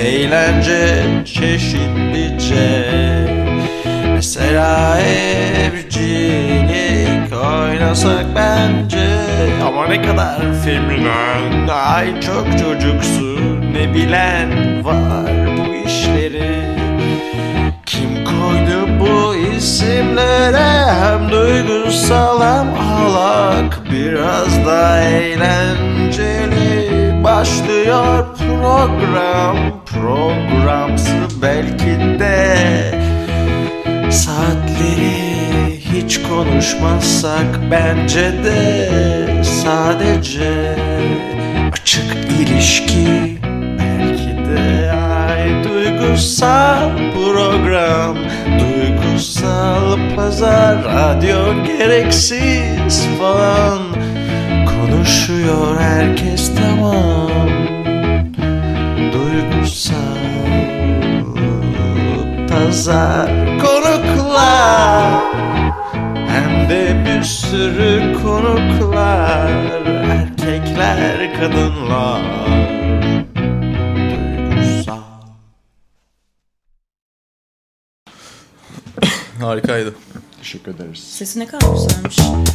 eğlence çeşitlice. Mesela evcilik oynasak bence. Ama ne kadar feminen, ay çok çocuksu. Ne bilen var bu işleri. Kim koydu bu isimlere? Hem duygusal hem ağlak, biraz da eğlenceli. Başlıyor programsı belki de. Saatleri hiç konuşmazsak bence de. Sadece açık ilişki belki de. Ay duygusal program, duygusal pazar, radyo gereksiz falan. Konuşuyor herkes tamam. Duygusal pazar, konuklar, hem de bir sürü konuklar. Erkekler, kadınlar. Duygusal. Harikaydı. Teşekkür ederiz. Sesi ne kadar güzelmiş.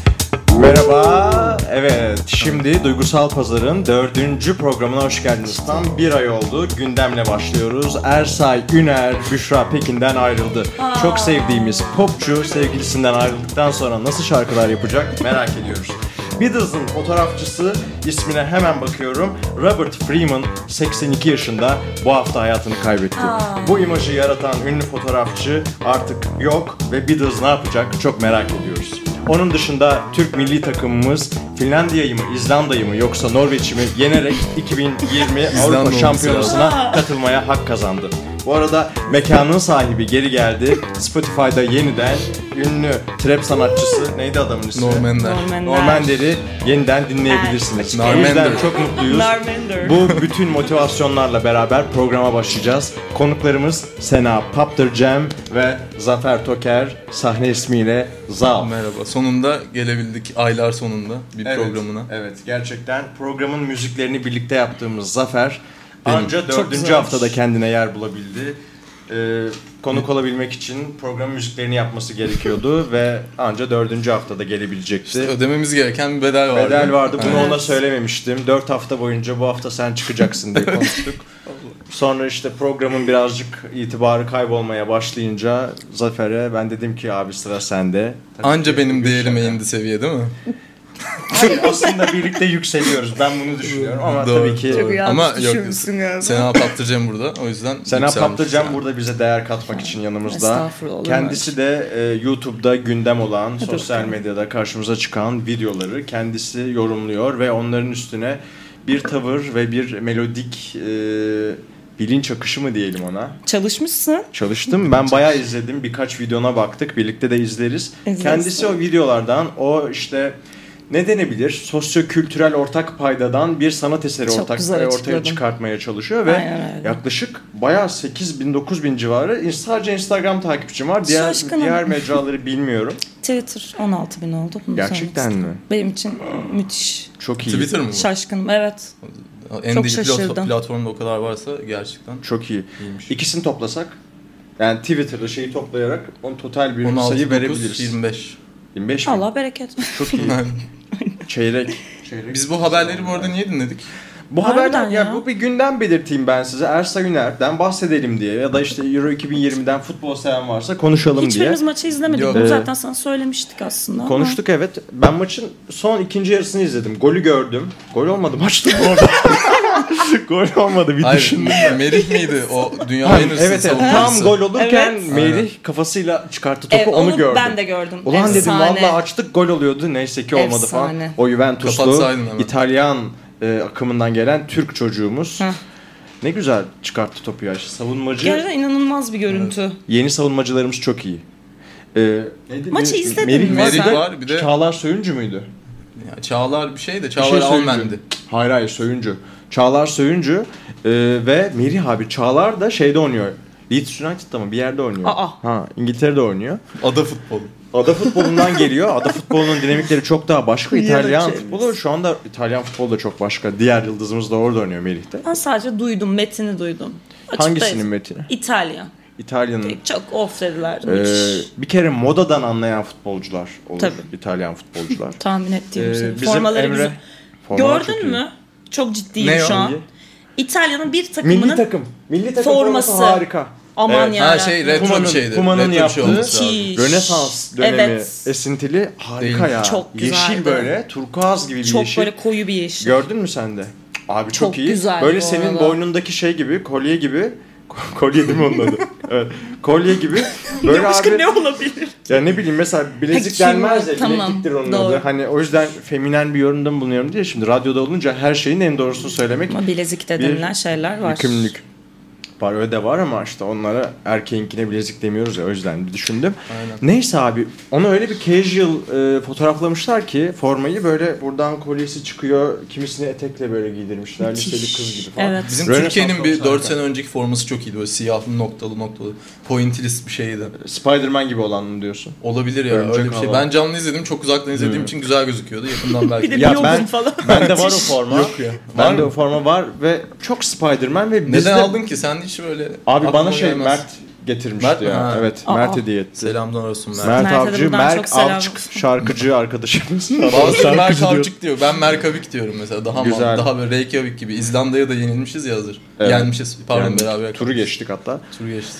Merhaba. Evet, şimdi Duygusal Pazar'ın 4. programına hoş geldiniz. Tam bir ay oldu. Gündemle başlıyoruz. Ersay Üner, Büşra Pekin'den ayrıldı. Çok sevdiğimiz popçu sevgilisinden ayrıldıktan sonra nasıl şarkılar yapacak merak ediyoruz. Beatles'ın fotoğrafçısı, ismine hemen bakıyorum. Robert Freeman 82 yaşında bu hafta hayatını kaybetti. Bu imajı yaratan ünlü fotoğrafçı artık yok ve Beatles ne yapacak çok merak ediyoruz. Onun dışında Türk milli takımımız Finlandiya'yı mı, İzlanda'yı mı yoksa Norveç'i mi yenerek 2020 Avrupa Şampiyonası'na katılmaya hak kazandı. Bu arada mekanın sahibi geri geldi. Spotify'da yeniden ünlü trap sanatçısı, neydi adamın ismi? Normander'i yeniden dinleyebilirsiniz. O yüzden çok mutluyuz. Bu bütün motivasyonlarla beraber programa başlayacağız. Konuklarımız Sena Paptırcem ve Zafer Toker, sahne ismiyle Zal. Merhaba. Sonunda gelebildik, aylar sonunda bir programına. Evet, gerçekten programın müziklerini birlikte yaptığımız Zafer anca 4. haftada kendine yer bulabildi. Konuk olabilmek için program müziklerini yapması gerekiyordu ve anca 4. haftada gelebilecekti. İşte ödememiz gereken bir bedel vardı. Bedel vardı. Bunu ona söylememiştim. 4 hafta boyunca bu hafta sen çıkacaksın diye konuştuk. Sonra işte programın birazcık itibarı kaybolmaya başlayınca Zafer'e ben dedim ki abi sıra sende. Tabii anca benim değerime indi seviye değil mi? Hayır, aslında birlikte yükseliyoruz. Ben bunu düşünüyorum ama doğru, tabii ki... Doğru. Ama yok, Sena Paptırcem burada. O yüzden Sena Paptırcem burada bize değer katmak için yanımızda. Kendisi de YouTube'da gündem olan, sosyal medyada karşımıza çıkan videoları kendisi yorumluyor ve onların üstüne bir tavır ve bir melodik bilinç akışı mı diyelim ona. Çalışmışsın. Çalıştım. Ben bayağı izledim. Birkaç videona baktık. Birlikte de izleriz. Kendisi o videolardan o işte ne denebilir? Sosyo-kültürel ortak paydadan bir sanat eseri ortaya çıkartmaya çalışıyor ve yaklaşık bayağı 8.000-9.000 civarı sadece Instagram takipçim var. Diğer mecraları bilmiyorum. Twitter 16.000 oldu. Gerçekten mi? Benim için müthiş. Çok iyi. Twitter mı bu? Şaşkınım, evet. En deli platformda o kadar varsa gerçekten çok iyi. İyiymiş. İkisini toplasak, yani Twitter'da şeyi toplayarak on total bir sayı verebiliriz. 25. 25 mi? Allah bereket. Çok iyi. Çeyrek. Biz bu haberleri bu arada niye dinledik? Bu haberler ya bu bir gündem belirteyim ben size. Ersay Üner'den bahsedelim diye ya da işte Euro 2020'den futbol seven varsa konuşalım diye. Hiçbirimiz maçı izlemedik. Bunu zaten sana söylemiştik aslında. Konuştuk evet. Ben maçın son ikinci yarısını izledim. Golü gördüm. Gol olmadı maçta orada. Gol olmadı bir düşündüm. Merih miydi o dünyanın en hırsız tam gol olurken Merih kafasıyla çıkarttı topu onu gördüm. Ben de gördüm. Ulan dedim vallahi açtık gol oluyordu. Neyse ki olmadı falan. O Juventuslu İtalyan akımından gelen Türk çocuğumuz. Ne güzel çıkarttı topu ya. Savunmacı. Gerçekten inanılmaz bir görüntü. Evet. Yeni savunmacılarımız çok iyi. Maçı izledin mi? Merih var bir de. Çağlar Söyüncü müydü? Ya Çağlar bir şey de Çağlar Almen'di. Hayır Söyüncü. Çağlar Söyüncü ve Merih abi. Çağlar da şeyde oynuyor. Leeds United'da mı bir yerde oynuyor. İngiltere'de oynuyor. Ada futbolu. Ada futbolundan geliyor. Ada futbolunun dinamikleri çok daha başka. İtalyan futbolu şu anda İtalyan futbolu da çok başka. Diğer yıldızımız da orada oynuyor Melih'te. Ben sadece duydum, metini duydum. Hangisinin metini? İtalya. İtalya'nın. Çok of dediler. Müthiş. Bir kere modadan anlayan futbolcular olur. Tabii. İtalyan futbolcular. Tahmin ettiğim şey. Bizim Formaları Emre. güzel. Formalar çok Gördün iyi. mü? Çok ciddiyim Ne şu o? an. İtalya'nın bir takımının Milli takım forması. harika. aman Evet. ya. Şey retro bir şeydi. Puma'nın Retro bir şey yaptığı olması lazım. Müthiş. Rönesans dönemi Evet. esintili harika Değil. ya. Çok güzeldi. Yeşil böyle turkuaz gibi bir Çok yeşil. böyle koyu bir yeşil. Gördün mü sen de? Abi çok Çok iyi. güzel Böyle bu senin arada. boynundaki şey gibi, kolye gibi. Kolye değil mi onun adı? Evet. Kolye gibi. Böyle Başka abi. ne olabilir? Ya ne bileyim mesela bilezik Ha, denmez ya. tamam, Bileziktir onun doğru. adı. Hani o yüzden feminen bir yorumda mı bulunuyorum diye. Şimdi radyoda olunca her şeyin en doğrusunu söylemek Ama bilezik de Bir denilen şeyler var. yükümlülük. Var öyle de var ama işte onlara erkeğinkine bilezik demiyoruz ya, o yüzden bir düşündüm. Aynen. Neyse abi onu öyle bir casual fotoğraflamışlar ki formayı böyle buradan kolyesi çıkıyor, kimisini etekle böyle giydirmişler, Müthiş. liseli kız gibi falan. Evet. Bizim Rönesans Türkiye'nin bir olsa 4 harika. sene önceki forması çok iyiydi. Böyle siyahlı noktalı pointillist bir şeydi. Spider-Man gibi olan mı diyorsun? Olabilir ya Örümcek öyle bir şey. hava. Ben canlı izledim, çok uzaktan izlediğim için güzel gözüküyordu. Yakından belki. Bir de Ya biyobum ben- falan. Bende var o forma. Yok ya. Var Bende mı? o forma var ve çok Spider-Man ve bizde... Neden aldın ki? Sen hiç böyle Abi bana aklıma şey gelmez. Mert getirmişti Mert mi? ya. Ha. Evet, Aa. Mert hediye etti. Selamlar olsun Mert. Mert Mert'e de Avcı, buradan Merk çok selam Avcık olsun. şarkıcı arkadaşımız. Bazıları Mert diyor. Avcık diyor. Ben Merkavik diyorum mesela. Güzel. Daha böyle Reykjavik gibi. İzlanda'ya da yenilmişiz ya hazır. Evet. Yenmişiz. Pardon Yani beraber. turu geçtik hatta. Turu geçtik.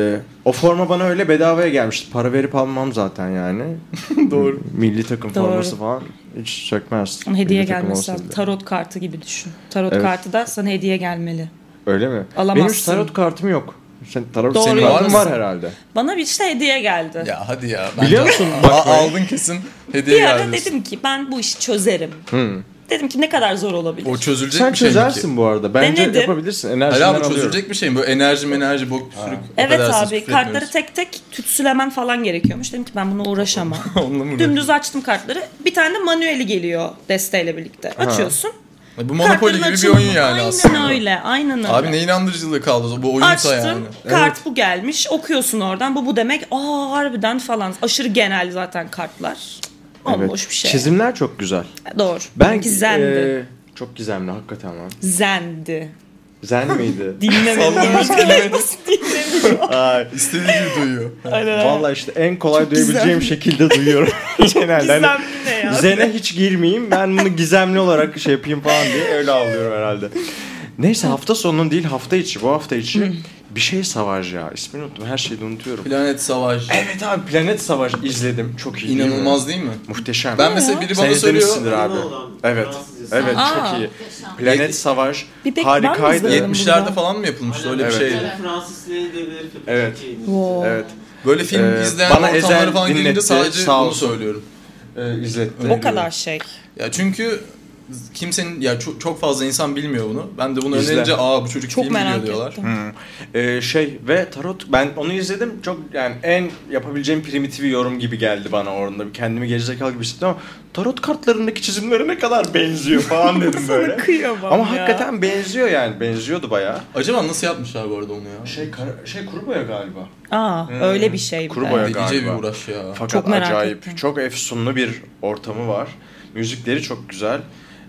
O forma bana öyle bedavaya gelmişti. Para verip almam zaten yani. Doğru. Milli takım Doğru. forması falan hiç sökmez. Ona hediye Milli takım gelmesi olsa lazım. bile. Tarot kartı gibi düşün. Tarot Evet. kartı da sana hediye gelmeli. Öyle mi? Alamazsın. Benim hiç tarot kartım yok. Tarot Doğru senin yoldasın. var herhalde. Bana bir işte hediye geldi. Ya hadi ya. Biliyor musun? Bak böyle. Aldın kesin. Hediye Bir ara geldi. dedim ki ben bu işi çözerim. Hı. Dedim ki ne kadar zor olabilir? O çözülecek Sen bir şey mi çözersin ki? bu arada. Bence Denedim. yapabilirsin. Hayır Enerjinden abi alıyorum. çözülecek bir şey mi? Böyle enerji bok sürük. Evet affedersiniz, abi küfür kartları etmiyoruz. tek tek tütsülemen falan gerekiyormuş. Dedim ki ben buna uğraşamam. Onunla mı Dümdüz açtım kartları. Bir tane de manueli geliyor desteğiyle birlikte. Açıyorsun. Bu Monopoly Kartların gibi bir açılımı. oyun yani aynen aslında. Öyle. Aynen öyle. Abi ne inandırıcılığı kaldı bu oyunsa Açtım. yani. Kart bu gelmiş. Okuyorsun oradan. Bu demek. Aa harbiden falan. Aşırı genel zaten kartlar. Bomboş bir şey. Çizimler çok güzel. Doğru. Ben Gizemdi. çok gizemli hakikaten lan. Zendi. Zen miydi? Dinlemedim. Sallamış Başka kelimeyi. nasıl dinlemiyor? Ay, İstediği gibi duyuyor. Aynen. vallahi işte en kolay Çok duyabileceğim gizemli. şekilde duyuyorum. Genelde. Hani Gizemli ne ya? Zen'e hiç girmeyeyim, ben bunu gizemli olarak şey yapayım falan diye öyle avlıyorum herhalde. Neyse hafta sonunun değil hafta içi, bu hafta içi bir şey savaş ya. İsmini unuttum, her şeyi de unutuyorum. Planet Savaş. Evet abi, Planet Savaş izledim. Çok iyi değil mi? İnanılmaz değil mi? Muhteşem. Ben mesela biri Sen bana söylüyor. izlemişsindir abi. Evet. Evet Aa. çok iyi. Planet Savaş Bir pek ben mi harikaydı. izledim? 70'lerde falan mı yapılmıştı öyle bir Evet. şeydi. Fransız sineği diye bir herif yapıyor. Evet. Çok iyi. Wow. Evet. Böyle film izleyen bana ortamlara Ezel falan gelince dinletti, sadece sağ bunu olsun. söylüyorum. İzletti. O kadar şey. Ya çünkü kimsenin ya çok fazla insan bilmiyor bunu. Ben de bunu İzle. önerince bu çocuk Çok film merak biliyor diyorlar. ettim. Ve tarot, ben onu izledim, çok yani en yapabileceğim primitif bir yorum gibi geldi bana orada. Kendimi gerizekalı gibi hissettim ama tarot kartlarındaki çizimlere ne kadar benziyor falan dedim böyle. Kıyamam Ama ya. hakikaten benziyor yani, benziyordu bayağı. Acaba nasıl yapmışlar bu arada onu ya? Şey kuru boya galiba. Aa öyle bir şey. Kuru bir de. boya Delice galiba. bir uğraş ya. Fakat Çok merak acayip, ettim. çok efsunlu bir ortamı var. Müzikleri çok güzel.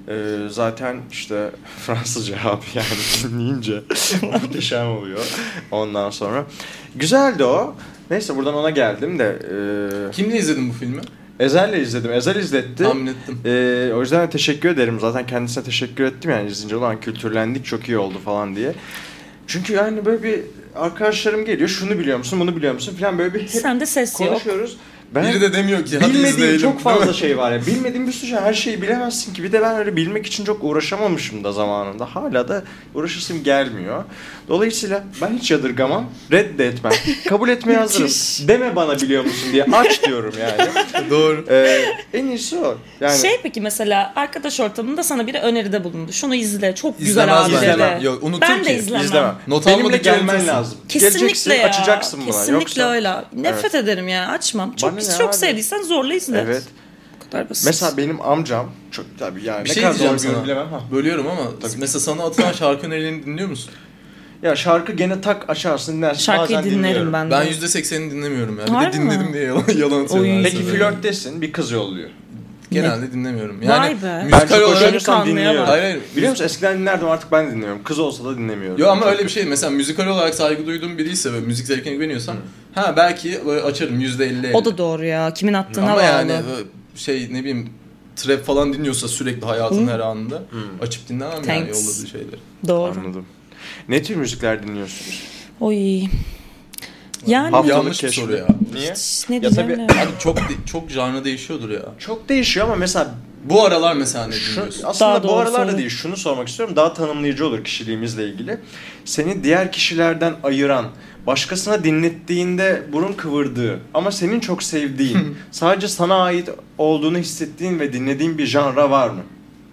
Zaten işte Fransızca abi yani dinleyince muhteşem oluyor ondan sonra. Güzeldi o. Neyse buradan ona geldim de. Kimle izledin bu filmi? Ezel'le izledim. Ezel izletti. Tahmin ettim. O yüzden teşekkür ederim. Zaten kendisine teşekkür ettim yani izleyince, olan kültürlendik, çok iyi oldu falan diye. Çünkü yani böyle bir arkadaşlarım geliyor, şunu biliyor musun, bunu biliyor musun falan, böyle bir hep Sende ses yok. konuşuyoruz. Ben Biri de demiyor ki hadi bilmediğim izleyelim. çok değil fazla mi? şey var ya. Bilmediğim bir sürü şey, her şeyi bilemezsin ki. Bir de ben öyle bilmek için çok uğraşamamışım da zamanında. Hala da uğraşasım gelmiyor. Dolayısıyla ben hiç yadırgamam, reddetmem. Kabul etmeye hazırım. Müthiş. Deme bana biliyor musun diye, aç diyorum yani. Doğru. En iyisi o. Yani Şey peki mesela arkadaş ortamında sana biri öneride bulundu. Şunu izle çok güzel İzlemez abi bence. dedi. Yok, unutur Ben de ki. izlemem. izlemem. Not Benimle almadıkça gelmen unutursun. lazım. Kesinlikle Geleceksin, ya. açacaksın buna. Kesinlikle Yoksa... öyle. Nefret ederim ya. Açmam. Bana Çok ne çok abi? sevdiysen zorla izle. Evet. Bu kadar basit. Mesela benim amcam çok tabii yani Bir ne şey kadar diyeceğim doğru bir yorum sana. bilemem ha. Bölüyorum ama mesela sana atılan şarkı önerilerini dinliyor musun? Ya şarkı gene tak açarsın dinlersin. Şarkıyı bazen dinlerim dinliyorum. ben de. Ben %80'ini dinlemiyorum ya. Bir Harbi de mi? dinledim diye yalan atıyorlar. Oy. Peki flörttesin, bir kız yolluyor. genelde dinlemiyorum. Vay Yani be. müzikal Ben çok olarak hoşlanırsam Delikanlıya dinliyorum. bak. Hayır. Biliyor musun eskiden dinlerdim, artık ben dinlemiyorum. Kız olsa da dinlemiyorum. Yo ama öyle bir şey. Mesela müzikal olarak saygı duyduğum biriyse ve müzik zevkine güveniyorsam belki böyle açarım %50. O da doğru ya. Kimin attığına Ama bağlı. yani ne bileyim trap falan dinliyorsa sürekli hayatın her anında açıp dinlemem yani Thanks. yolladığı şeyleri. Doğru. Anladım. Ne tür müzikler dinliyorsunuz? Oy. Yani Haftalık Yanlış bir keşfi. soru ya. Niye? ne Ya diyeceğim tabii- ya. Abi çok janrı değişiyordur ya. Çok değişiyor ama mesela Bu aralar mesela ne dinliyorsun? aslında Daha bu doğru aralarda söyle. değil, şunu sormak istiyorum, daha tanımlayıcı olur kişiliğimizle ilgili. Seni diğer kişilerden ayıran, başkasına dinlettiğinde burun kıvırdığı ama senin çok sevdiğin, sadece sana ait olduğunu hissettiğin ve dinlediğin bir janra var mı?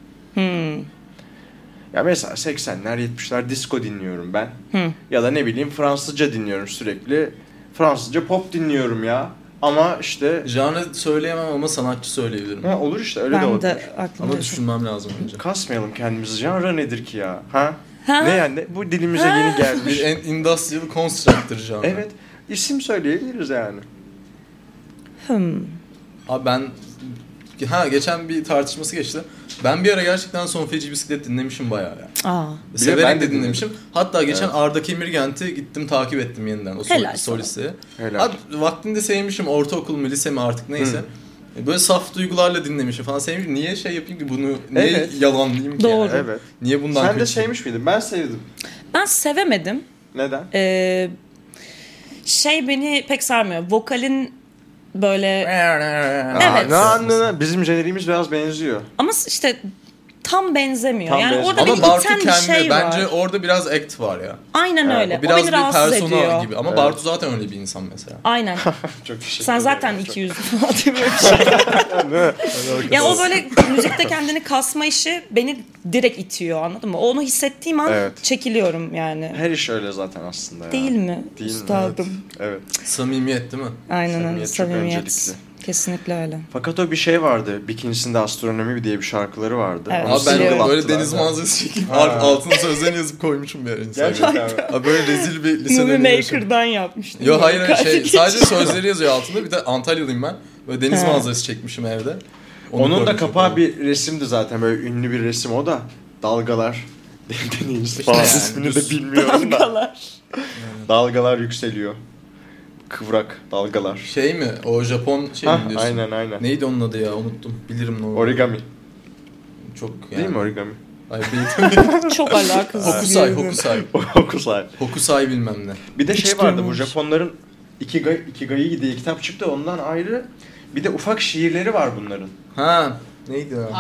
Ya mesela 80'ler 70'ler disco dinliyorum ben. Ya da ne bileyim Fransızca dinliyorum sürekli. Fransızca pop dinliyorum ya. Ama işte Janrı söyleyemem ama sanatçı söyleyebilirim. olur işte öyle de Ben olur. de aklıma Ama düşünmem lazım önce. Kasmayalım kendimizi. Janra nedir ki ya? Ha? Ha? Ne yani? Bu dilimize yeni gelmiş. Bir industrial constructor janrı. Evet. İsim söyleyebiliriz yani. Abi ben geçen bir tartışması geçti. Ben bir ara gerçekten Son Feci Bisiklet dinlemişim bayağı ya. Aa. Severek ben de de dinlemişim. Hatta geçen Arda Kemirgent'i gittim takip ettim yeniden o Helal solisteye. Helal. Abi vaktinde sevmişim, ortaokul mu lise mi artık neyse. Böyle saf duygularla dinlemişim falan sevmişim. Niye şey yapayım ki bunu, niye Evet. yalanlayayım ki Doğru. yani? Evet. Niye bundan Sen de kaçayım? sevmiş miydin? Ben sevdim. Ben sevemedim. Neden? Beni pek sarmıyor. Vokalin böyle Evet. Bizim jeneriğimiz biraz benziyor. ama işte tam benzemiyor. Tam yani benziyor. orada Ama bir Bartu iten bir kendi şey bence var. orada biraz act var ya. Aynen öyle. O O, biraz beni bir rahatsız persona ediyor. gibi ama Bartu zaten öyle bir insan mesela. Aynen. Çok teşekkür Sen ederim. zaten 200 falan diye böyle bir şey. Yani o böyle müzikte kendini kasma işi beni direkt itiyor, anladın mı? Onu hissettiğim an Evet. çekiliyorum yani. Her iş öyle zaten aslında ya. Değil mi? Değil mi? Üstadım. Evet. Samimiyet değil mi? Aynen öyle. Samimiyet çok Samimiyet. öncelikli. Kesinlikle öyle. Fakat o bir şey vardı. Bikinisinde Astronomi diye bir şarkıları vardı. Evet. Onu Abi ben Biliyorum. böyle single deniz attılar. manzarası çekip altına sözlerini yazıp koymuşum bir ara Instagram'a. Gerçekten. Abi böyle rezil bir lise Movie dönemi Maker'dan yapmıştım. Yo hayır Kaç kişi- sadece sözleri yazıyor altında. Bir de Antalyalıyım ben. Böyle deniz manzarası çekmişim evde. Onu Onun da koymuşum kapağı falan. bir resimdi zaten. Böyle ünlü bir resim o da. Dalgalar. Deneyiniz falan. yani, İsmini de düz bilmiyorum da. Dalgalar. Dalgalar yükseliyor. Kıvrak dalgalar. Şey mi? O Japon şey mi Hah, diyorsun? aynen. Neydi onun adı ya? Unuttum. Bilirim ne oldu. Origami. Çok yani. Değil mi origami? Hayır değil. Çok alakasız. Hokusai. Okusay. Hokusai bilmem ne. Bir de Hiç şey vardı bu duymamış. Japonların Ikigai diye kitap çıktı, ondan ayrı. Bir de ufak şiirleri var bunların. Ha. Neydi o?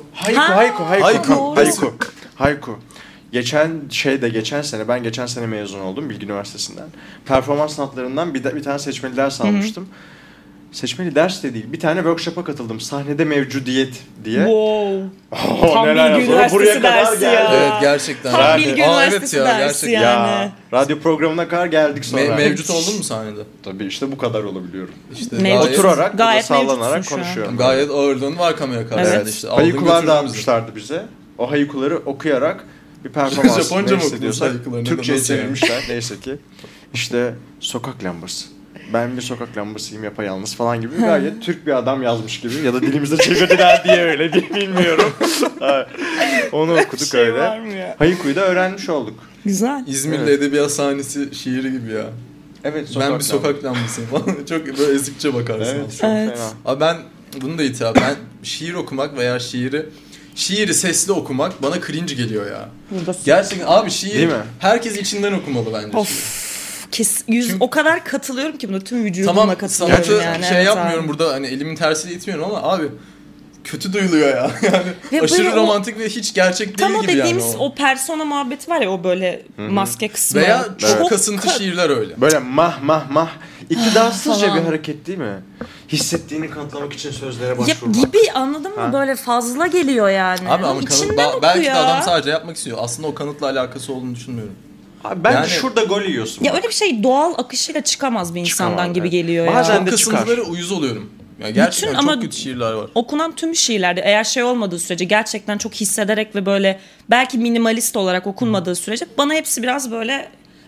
Haiku. Geçen sene ben geçen sene mezun oldum Bilgi Üniversitesi'nden. Performans sanatlarından bir tane seçmeli ders almıştım. Seçmeli ders de değil. Bir tane workshop'a katıldım. Sahnede mevcudiyet diye. Wow. Oh, Tam neler Bilgi yapalım. Buraya Üniversitesi kadar dersi geldi. ya. Evet gerçekten. Tam Yani- Bilgi Üniversitesi dersi gerçekten. yani. Radyo programına kadar geldik sonra. Mevcut oldun mu sahnede? Tabii işte bu kadar olabiliyorum. İşte Mevcut. gayet, Oturarak, Gayet burada sallanarak mevcutsun şu an. konuşuyorum. gayet ağırlığın var kamera karşısında. Evet. İşte aldın Hayikular götürdün bizi. dağıtmışlardı bize. O hayikuları okuyarak bir performans. Japonca ne mı hissediyorsak okudunuz hayikularını? Türkçe'ye Nasıl yani? çevirmişler neyse ki. İşte sokak lambası. Ben bir sokak lambasıyım yapayalnız falan gibi gayet Türk bir adam yazmış gibi ya da dilimizde çevirdiler diye öyle diye bilmiyorum. Onu okuduk Şey öyle. var mı ya? Hayikuyu da öğrenmiş olduk. Güzel. İzmir'de Evet. edebiyat sahnesi şiiri gibi ya. Evet, Ben bir sokak lambasıyım falan. Çok böyle ezikçe bakarsın. Evet, aslında. çok Evet. fena. Abi ben bunu da itiraf. Ben şiir okumak veya şiiri sesli okumak bana cringe geliyor ya. Buradasın. Gerçekten abi şiir Değil mi? herkes içinden okumalı bence şiir. Of. Çünkü- O kadar katılıyorum ki buna, tüm vücudumla Tamam katılıyorum sanatı yani. şey evet yapmıyorum abi. burada hani elimin tersiyle itmiyorum ama abi kötü duyuluyor ya. Yani Ve aşırı böyle o- romantik ve hiç gerçek değil Tam o gibi dediğimiz yani o persona muhabbeti var ya, o böyle maske kısmı. Veya çok Evet. kasıntı şiirler öyle. Böyle mah. İktidarsızca Falan. bir hareket değil mi? Hissettiğini kanıtlamak için sözlere Ya, başvurmak. gibi, anladın mı? Ha. Böyle fazla geliyor yani. Abi ama İçinden oku belki de ya. adam sadece yapmak istiyor. Aslında o kanıtla alakası olduğunu düşünmüyorum. Abi bence Yani- şurada gol yiyorsun. Ya bak. öyle bir şey doğal akışıyla çıkamaz bir insandan Çıkamaz, gibi evet. geliyor Bazen ya. de Çok çıkar. kasıntıları uyuz oluyorum. Ya gerçekten Bütün çok ama- kötü şiirler var. Okunan tüm şiirlerde eğer şey olmadığı sürece, gerçekten çok hissederek ve böyle belki minimalist olarak okunmadığı sürece bana hepsi biraz böyle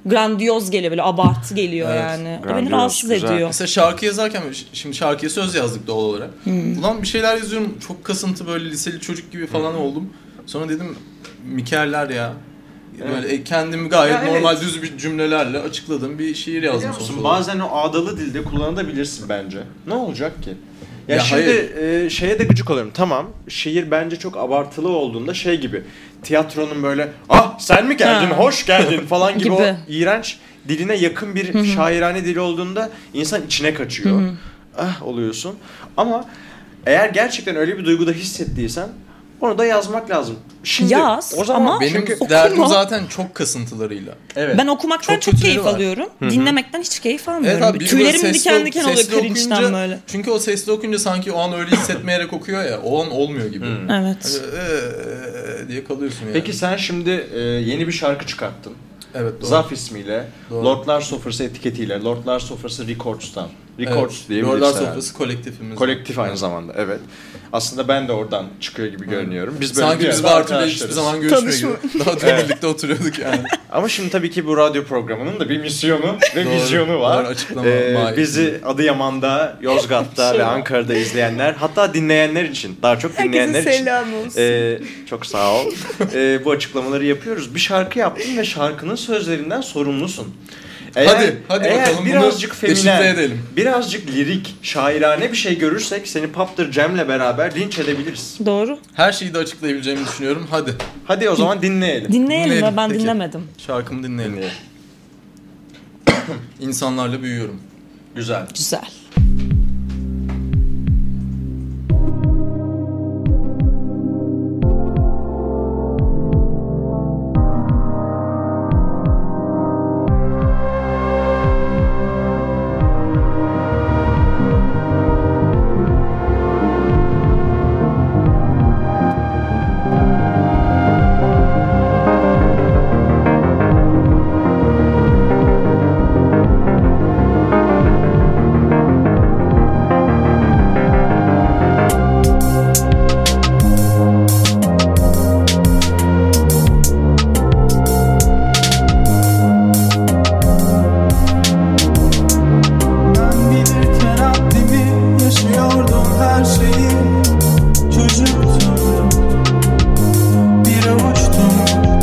grandiyoz geliyor, böyle abartı geliyor Evet, yani. O beni grandiyoz, rahatsız güzel. ediyor. Mesela şarkı yazarken, şimdi şarkıya söz yazdık doğal olarak. Ulan bir şeyler yazıyorum, çok kasıntı, böyle liseli çocuk gibi falan oldum. Sonra dedim mikerler ya. Böyle kendimi gayet Ya normal evet. düz bir cümlelerle açıkladığım bir şiir yazdım Biliyor sonuç musun? olarak. Bazen o ağdalı dilde kullanabilirsin bence. Ne olacak ki? Ya, Ya şimdi şeye de gıcık oluyorum. Tamam, şiir bence çok abartılı olduğunda şey gibi. Tiyatronun böyle sen mi geldin, Ha. hoş geldin falan gibi o Gibi. iğrenç diline yakın bir şairane dili olduğunda insan içine kaçıyor. Oluyorsun. Ama eğer gerçekten öyle bir duyguda hissettiysen onu da yazmak lazım. Şimdi Yaz, o zaman ama Benim çünkü derdim zaten çok kasıntılarıyla. evet. Ben okumaktan Çok çok kötüleri keyif var. alıyorum. Dinlemekten hiç keyif almıyorum. Evet abi, biri Tüylerim böyle diken diken oluyor sesli cringe'den okuyunca- böyle. Çünkü o sesli okuyunca sanki o an öyle hissetmeyerek okuyor ya. O an olmuyor gibi. Evet. Diye kalıyorsun yani. Peki sen şimdi yeni bir şarkı çıkarttın. Evet, doğru. Zaf ismiyle, Doğru. Lordlar Sofrası etiketiyle, Lordlar Sofrası Records'tan. Records Evet, diyebiliriz Lordlar herhalde. Sofrası kolektifimiz. Kolektif aynı zamanda, evet. Aslında ben de oradan çıkıyor gibi görünüyorum. Biz böyle Sanki bir biz arada Bartu'yla hiçbir arkadaşlarız. zaman görüşmüyor gibi. Daha da birlikte oturuyorduk yani. Ama şimdi tabii ki bu radyo programının da bir misyonu ve Doğru, vizyonu var. doğru, açıklama mahiyetinde. Bizi Adıyaman'da, Yozgat'ta ve Ankara'da izleyenler, hatta dinleyenler için, daha çok dinleyenler için. selam olsun. Çok sağ ol. Bu açıklamaları yapıyoruz. Bir şarkı yaptın ve şarkının sözlerinden sorumlusun. Hadi eğer bakalım, birazcık bunu deşifre feminen, edelim. birazcık lirik, şairane bir şey görürsek seni Paptır Cem'le beraber linç edebiliriz. Doğru. Her şeyi de açıklayabileceğimi düşünüyorum. Hadi. Hadi o zaman dinleyelim. Dinleyelim ve Dinleyelim, ben peki. dinlemedim. Şarkımı dinleyelim. Dinleyelim. İnsanlarla büyüyorum. Güzel. Güzel. Ben bilirken haddimi yaşıyordum her şeyi. Çocuktum, bir avuçtum.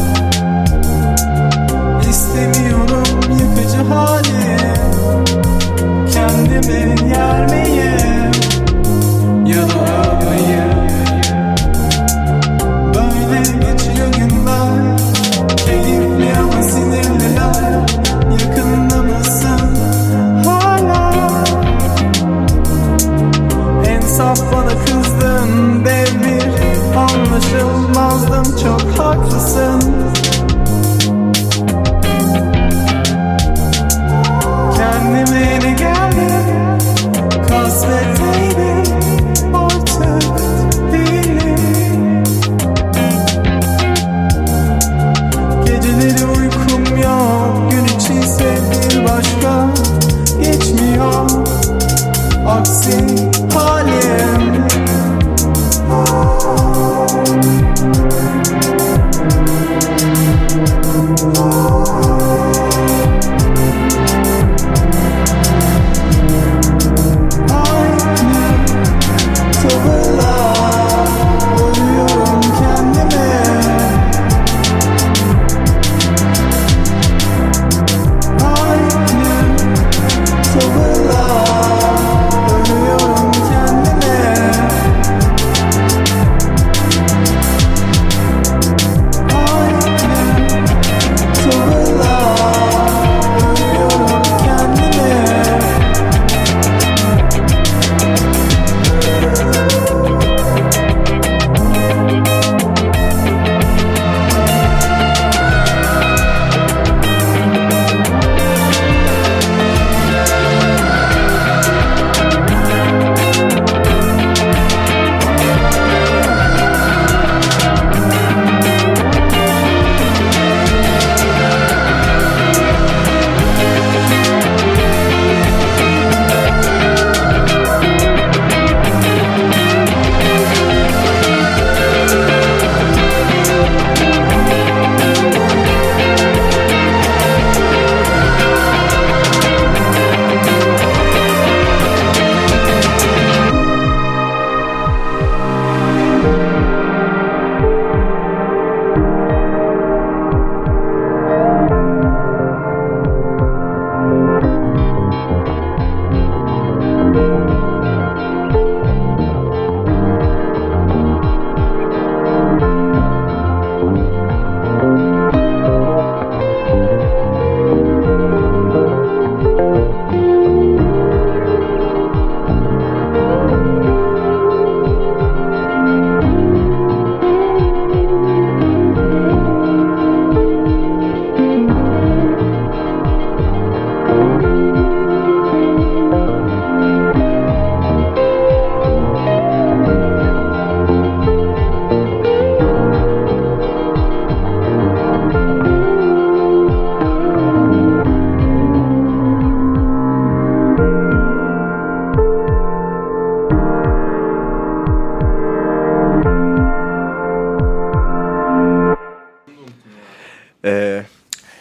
İstemiyorum yıkıcı hali, kendimi yermeyi ya da ölmeyi. Böyle geçiyor günler, keyifli ama sinirliler. Yakında mısın hala? En saf bana kız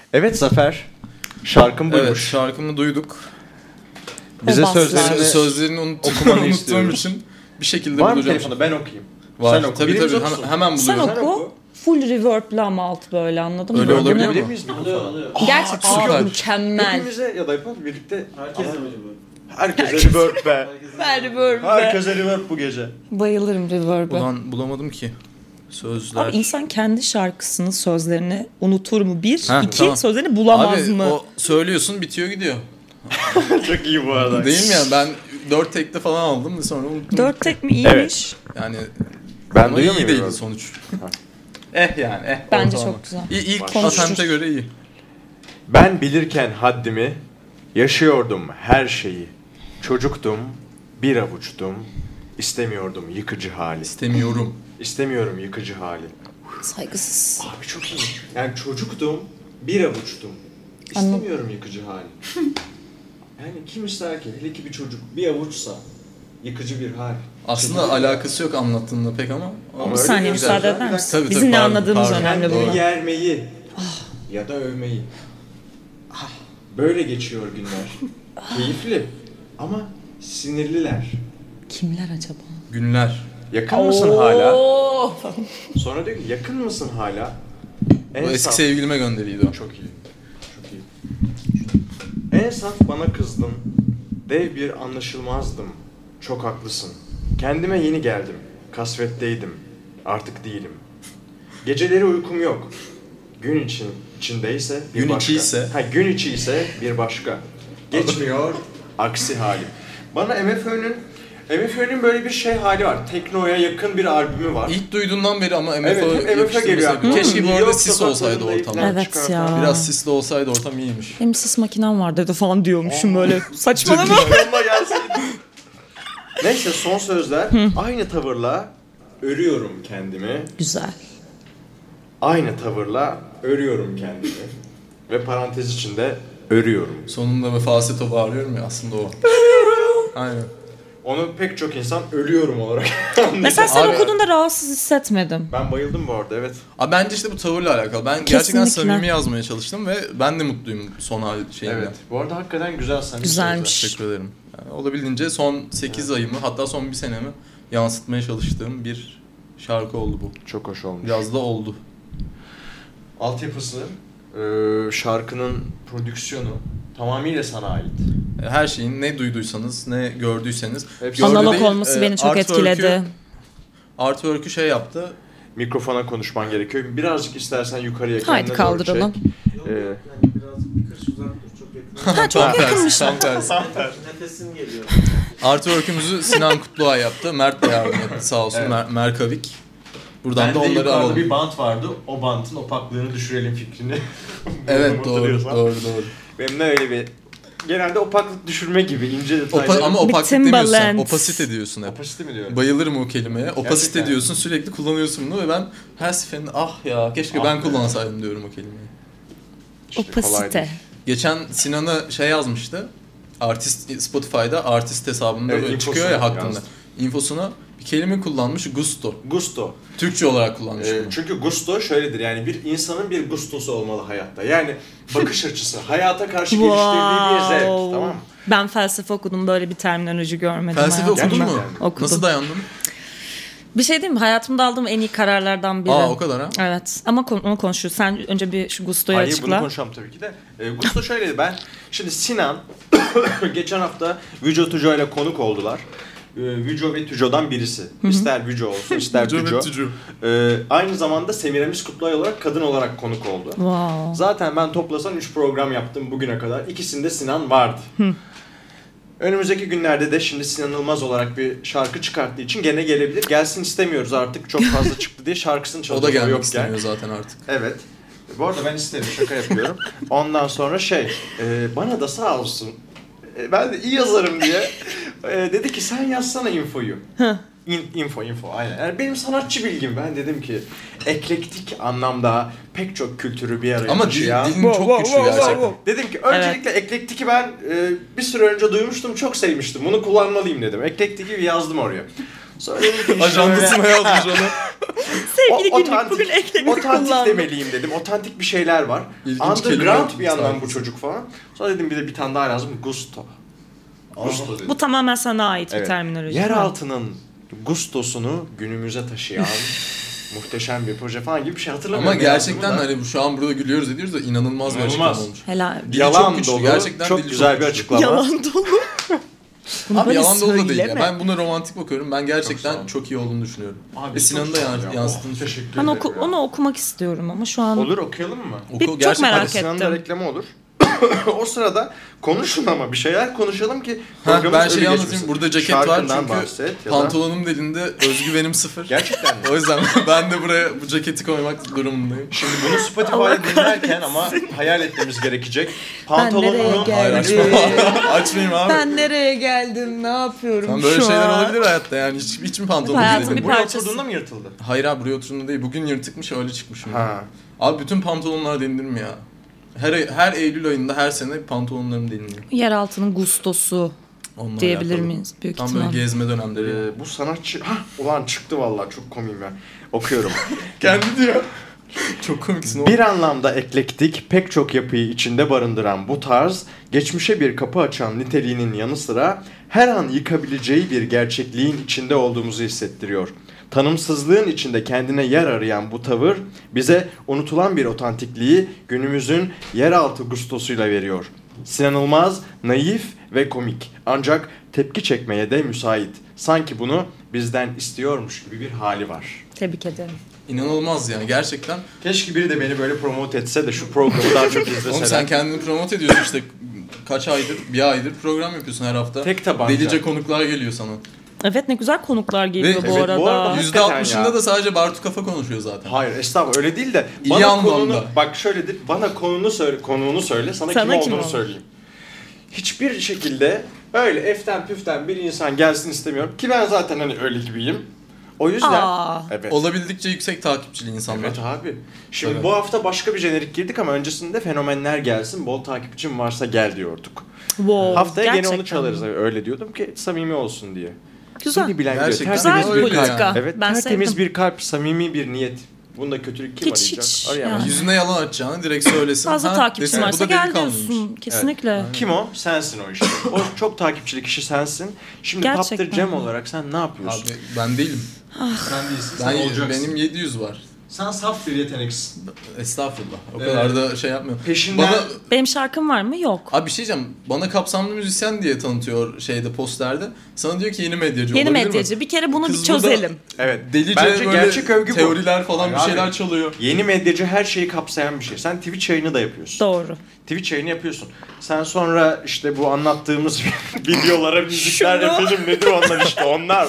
Evet Zafer. Şarkım buymuş. Evet, şarkımı duyduk. Bize baslar. okumanı Sözlerini unuttuğum istiyoruz. için bir şekilde Var mı bulacağım. telefonu? Ben okuyayım. Var. Sen oku. Tabii Birimiz tabii. okusun. Hemen Sen buluyorum. oku. Full reverb'li ama alt böyle, anladın mı? Öyle olabilir mi? Bilir miyiz mikrofonu? Gerçekten süper. mükemmel. Hepimize ya da yapalım birlikte. Herkes de mi bu? Herkese reverb be. Ver reverb be. Herkese reverb bu gece. Bayılırım reverb'e. Ulan bulamadım ki. Sözler. Abi insan kendi şarkısının sözlerini unutur mu? Bir, Ha, iki, tamam. sözlerini bulamaz Abi mı? o söylüyorsun bitiyor gidiyor. Çok iyi bu arada. Değil mi ya? Ben 4 tekte falan aldım da sonra unuttum. 4 tek mi iyiymiş? Yani Ben ama duyuyor iyi muyum? değil reverb? sonuç. yani Bence ortalama. çok güzel. İlk Konuşuruz. atempte göre iyi. Ben bilirken haddimi, yaşıyordum her şeyi. Çocuktum, bir avuçtum, istemiyordum yıkıcı hali. İstemiyorum. İstemiyorum yıkıcı hali. Saygısız. Abi çok iyi. Yani çocuktum, bir avuçtum. İstemiyorum yıkıcı hali. Yani kim ister ki? Hele ki bir çocuk bir avuçsa yıkıcı bir hal. Aslında Çocuk- alakası yok anlattığında pek ama. Ama Bir öyle saniye güzel. müsaade Bir eder dakika. misin? Tabii, Bizim ne pardon, anladığımız pardon. önemli Kendini burada. yermeyi ya da övmeyi. Böyle geçiyor günler. Keyifli ama sinirliler. Kimler acaba? Günler. Yakın mısın hala? Oo! Sonra diyor ki yakın mısın hala? En O eski saf- sevgilime gönderiydi o. Çok iyi. Çok iyi. En saf bana kızdın. Dev bir anlaşılmazdım. Çok haklısın. Kendime yeni geldim. Kasvetteydim. Artık değilim. Geceleri uykum yok. Gün içindeyse bir Gün başka. içi ise? Gün içi ise bir başka. Geçmiyor aksi halim. Bana MFÖ'nün böyle bir şey hali var. Tekno'ya yakın bir albümü var. İlk duyduğundan beri ama Evet, MFÖ hep MFÖ yakıştırması geliyor yapıyor. aklıma. Keşke bu New arada York sis olsaydı sokaklarında ortam. ipler Evet çıkartan. ya. Biraz sisli olsaydı ortam iyiymiş. Benim sis makinem var dedi falan diyormuşum böyle. Saçmalama. Yanıma gelseydin. Neyse son sözler. Aynı tavırla örüyorum kendimi. Güzel. Aynı tavırla örüyorum kendimi. Ve parantez içinde örüyorum. Sonunda ve falseto bağırıyorum ya aslında o. Aynen. Onu pek çok insan ölüyorum olarak Mesela sen Abi- okuduğunda rahatsız hissetmedim. Ben bayıldım bu arada, evet. Abi bence işte bu tavırla alakalı. Ben gerçekten Kesinlikle. samimi yazmaya çalıştım ve ben de mutluyum son hal şeyinde. Evet. Bu arada hakikaten güzel sen. Güzelmiş. Teşekkür ederim. Yani olabildiğince son 8 ayımı hatta son bir senemi yansıtmaya çalıştığım bir şarkı oldu bu. Çok hoş olmuş. Biraz da oldu. Altyapısı, şarkının prodüksiyonu tamamıyla sana ait. Her şeyin ne duyduysanız, ne gördüyseniz. Hepsi Gördü Analog değil, olması beni çok artwork'ü- etkiledi. Artwork'ü şey yaptı. Mikrofona konuşman gerekiyor. Birazcık istersen yukarıya Haydi kendine doğru kaldıralım. çek. Yani birazcık bir kırış uzak dur, çok yakın. Ha çok Tam tersi, yakınmış. tam tersi. Nefesim geliyor. Artwork'ümüzü Sinan Kutluay yaptı. Mert de yardım etti sağ olsun. Evet. Merkavik. Buradan Bende da onları yukarıda alalım. bir bant vardı. O bantın opaklığını düşürelim fikrini. Evet doğru, Hatırlıyorsan. doğru. Benim de öyle bir genelde opaklık düşürme gibi ince detaylar. Ama Bir opaklık demiyorsun sen. Timbaland. Opasite diyorsun hep. Opacity mi diyorum? Bayılırım o kelimeye. Opasite Gerçekten. diyorsun, sürekli kullanıyorsun bunu ve ben her seferinde ah ya keşke Ah ben be. kullansaydım diyorum o kelimeyi. İşte kolay Opasite. değil. Geçen Sinan'a şey yazmıştı. Artist Spotify'da artist hesabında Evet, böyle infosuna çıkıyor ya hakkında. yazdı. İnfosuna bir kelime kullanmış, gusto. Gusto. Türkçe olarak kullanmış bunu. Çünkü gusto şöyledir, yani bir insanın bir gustosu olmalı hayatta. Yani bakış açısı, hayata karşı geliştirdiği bir zevk, tamam mı? Ben felsefe okudum, böyle bir terminoloji görmedim Felsefe okudun hayatımda. mu? Gerçekten. Okudum. Nasıl dayandın? Bir şey diyeyim mi? Hayatımda aldığım en iyi kararlardan biri. Aa o kadar ha. Evet ama onu konuşuyoruz. Sen önce bir şu Gusto'yu Hayır, bunu açıkla. konuşalım tabii ki de. Gusto şöyleydi, şimdi Sinan geçen hafta Vüco Tuco ile konuk oldular. Vüco ve Tuco'dan birisi. İster Vüco olsun, ister Tuco. Aynı zamanda Semiramis Kutlay olarak kadın olarak konuk oldu. Wow. Zaten ben toplasan 3 program yaptım bugüne kadar. İkisinde Sinan vardı. Önümüzdeki günlerde de şimdi Sinan Yılmaz olarak bir şarkı çıkarttığı için gene gelebilir. Gelsin istemiyoruz artık, çok fazla çıktı diye şarkısını O çalacağız. da gelmek yokken. istemiyor zaten artık. Evet. Bu arada ben isterim, şaka yapıyorum. Ondan sonra bana da sağ olsun, ben de iyi yazarım diye dedi ki sen yazsana infoyu. Info aynen. Yani benim sanatçı bilgim, ben dedim ki eklektik anlamda pek çok kültürü bir araya Ama taşıyan. dilin çok güçlü gerçekten. Dedim ki öncelikle eklektiki ben bir süre önce duymuştum, çok sevmiştim. Bunu kullanmalıyım dedim. Eklektiki yazdım oraya. Sonra dedim ki Ajandasına yazmış onu. Sevgili günlük bugün ekledik Otantik kullandım. demeliyim dedim. Otantik bir şeyler var. İlginç kelime Underground yok bir yandan sadece. bu çocuk falan. Sonra dedim bir de bir tane daha lazım. Gusto. Gusto dedim. Bu tamamen sana ait bir Evet. terminoloji. Yeraltının gustosunu günümüze taşıyan muhteşem bir proje falan gibi bir şey hatırlamıyorum. Ama gerçekten yazdığımı da. hani şu an burada gülüyoruz ediyoruz da inanılmaz bir açıklama İnanılmaz. olmuş. Helal. Dili Yalan çok güçlü, dolu, gerçekten çok dili çok güzel bir güçlü. açıklama. Yalan dolu. Bunu Abi böyle yalan dolu da değil ya. söyleme. Ben buna romantik bakıyorum. Ben Çok gerçekten sağ ol. çok iyi olduğunu düşünüyorum. Abi, Ve Sinan'ın da çok sağ ol ya. yansıttığını Oh, düşünüyorum. teşekkür Ben ederim ya. onu okumak istiyorum ama şu an Olur, okuyalım mı? Oku, çok gerçekten- merak Hadi Sinan'ın da ettim. reklamı olur. O sırada konuşun ama bir şeyler konuşalım ki Ha, programımız ben öyle şeyi anlatayım. geçmesin. Burada ceket var Şarkından çünkü bahset ya da- pantolonum delinde, özgüvenim sıfır. Gerçekten mi? O yüzden ben de buraya bu ceketi koymak durumundayım. Şimdi bunu Spotify'da dinlerken ama hayal etmemiz gerekecek. Pantolonunu... nereye Hayır geldim? açmayayım abi. Ben nereye geldim? Ne yapıyorum Tam böyle şu şeyler an? olabilir hayatta yani. Hiç mi pantolonum Hayatın delindi? bir Buraya parçası. oturduğunda mı yırtıldı? Hayır abi buraya oturduğunda değil. Bugün yırtıkmış öyle çıkmışım. Ha. Abi bütün pantolonlar denilir mi ya? Her Eylül ayında her sene pantolonlarım deniliyor. Yeraltının gustosu Onunla diyebilir alakalı. miyiz? Büyük Tam ihtimal. böyle gezme dönemleri. Bu sanatçı... Hah, ulan çıktı vallahi çok komiyim ben. Okuyorum. Kendi diyor. Çok komiksin oğlum. Bir anlamda eklektik, pek çok yapıyı içinde barındıran bu tarz, geçmişe bir kapı açan niteliğinin yanı sıra her an yıkabileceği bir gerçekliğin içinde olduğumuzu hissettiriyor. Tanımsızlığın içinde kendine yer arayan bu tavır bize unutulan bir otantikliği günümüzün yeraltı gustosuyla veriyor. Sinanılmaz, naif ve komik. Ancak tepki çekmeye de müsait. Sanki bunu bizden istiyormuş gibi bir hali var. Tebrik ederim. İnanılmaz yani gerçekten. Keşke biri de beni böyle promote etse de şu programı daha çok izleseler. Oğlum sen kendini promote ediyorsun işte. Kaç aydır, bir aydır program yapıyorsun her hafta. Tek tabanca. Delice konuklar geliyor sana. Evet ne güzel konuklar geliyor Ve- bu evet, arada. bu arada- Hakikaten %60'ında ya. da sadece Bartu Kafa konuşuyor zaten. Hayır estağfurullah öyle değil de İyi bana anlamda. konunu bak şöyledir bana konuğunu söyle sana Sana kim kim olduğunu olur? söyleyeyim. Hiçbir şekilde öyle eften püften bir insan gelsin istemiyorum ki ben zaten hani öyle gibiyim. O yüzden Aa. evet. Olabildikçe yüksek takipçili insanlar. Evet abi. Şimdi Evet. bu hafta başka bir jenerik girdik ama öncesinde fenomenler gelsin bol takipçim varsa gel diyorduk. Wow, Haftaya gene gerçekten onu çalarız mi? öyle diyordum ki samimi olsun diye. Güzel. Beni bilen biliyor. Gerçekten Tertemiz Güzel bir öyle kalp. politika. Evet, Ben tertemiz sevdim. bir kalp, samimi bir niyet. Bunda kötülük kim Hiç, arayacak? hiç Arayamaz. yani. Yüzüne yalan atacağını direkt söylesin. Fazla Ha, takipçin desin, bu varsa da gel delikanlıymış. diyorsun. Kesinlikle. Kim o? Sensin o işte. O çok takipçili kişi sensin. Şimdi Gerçekten. Paptır Cem olarak sen ne yapıyorsun? Abi ben değilim. Sen değilsin. Benim 700 var. Sen saf bir yeteneksin. Estağfurullah. O Evet. kadar da şey yapmıyorum. Peşinden... Bana Benim şarkım var mı? Yok. abi bir şey diyeceğim. Bana kapsamlı müzisyen diye tanıtıyor şeyde posterde. Sana diyor ki yeni medyacı Yeni olabilir medyacı. mi? Bir kere bunu Kız bir çözelim. Evet. Delice Bence böyle gerçek övgü bu. teoriler falan Hayır bir şeyler abi. çalıyor. Yeni medyacı her şeyi kapsayan bir şey. Sen Twitch yayını da yapıyorsun. Doğru. Twitch yayını yapıyorsun. Sen sonra işte bu anlattığımız videolara müzikler efendim nedir onlar işte onlar.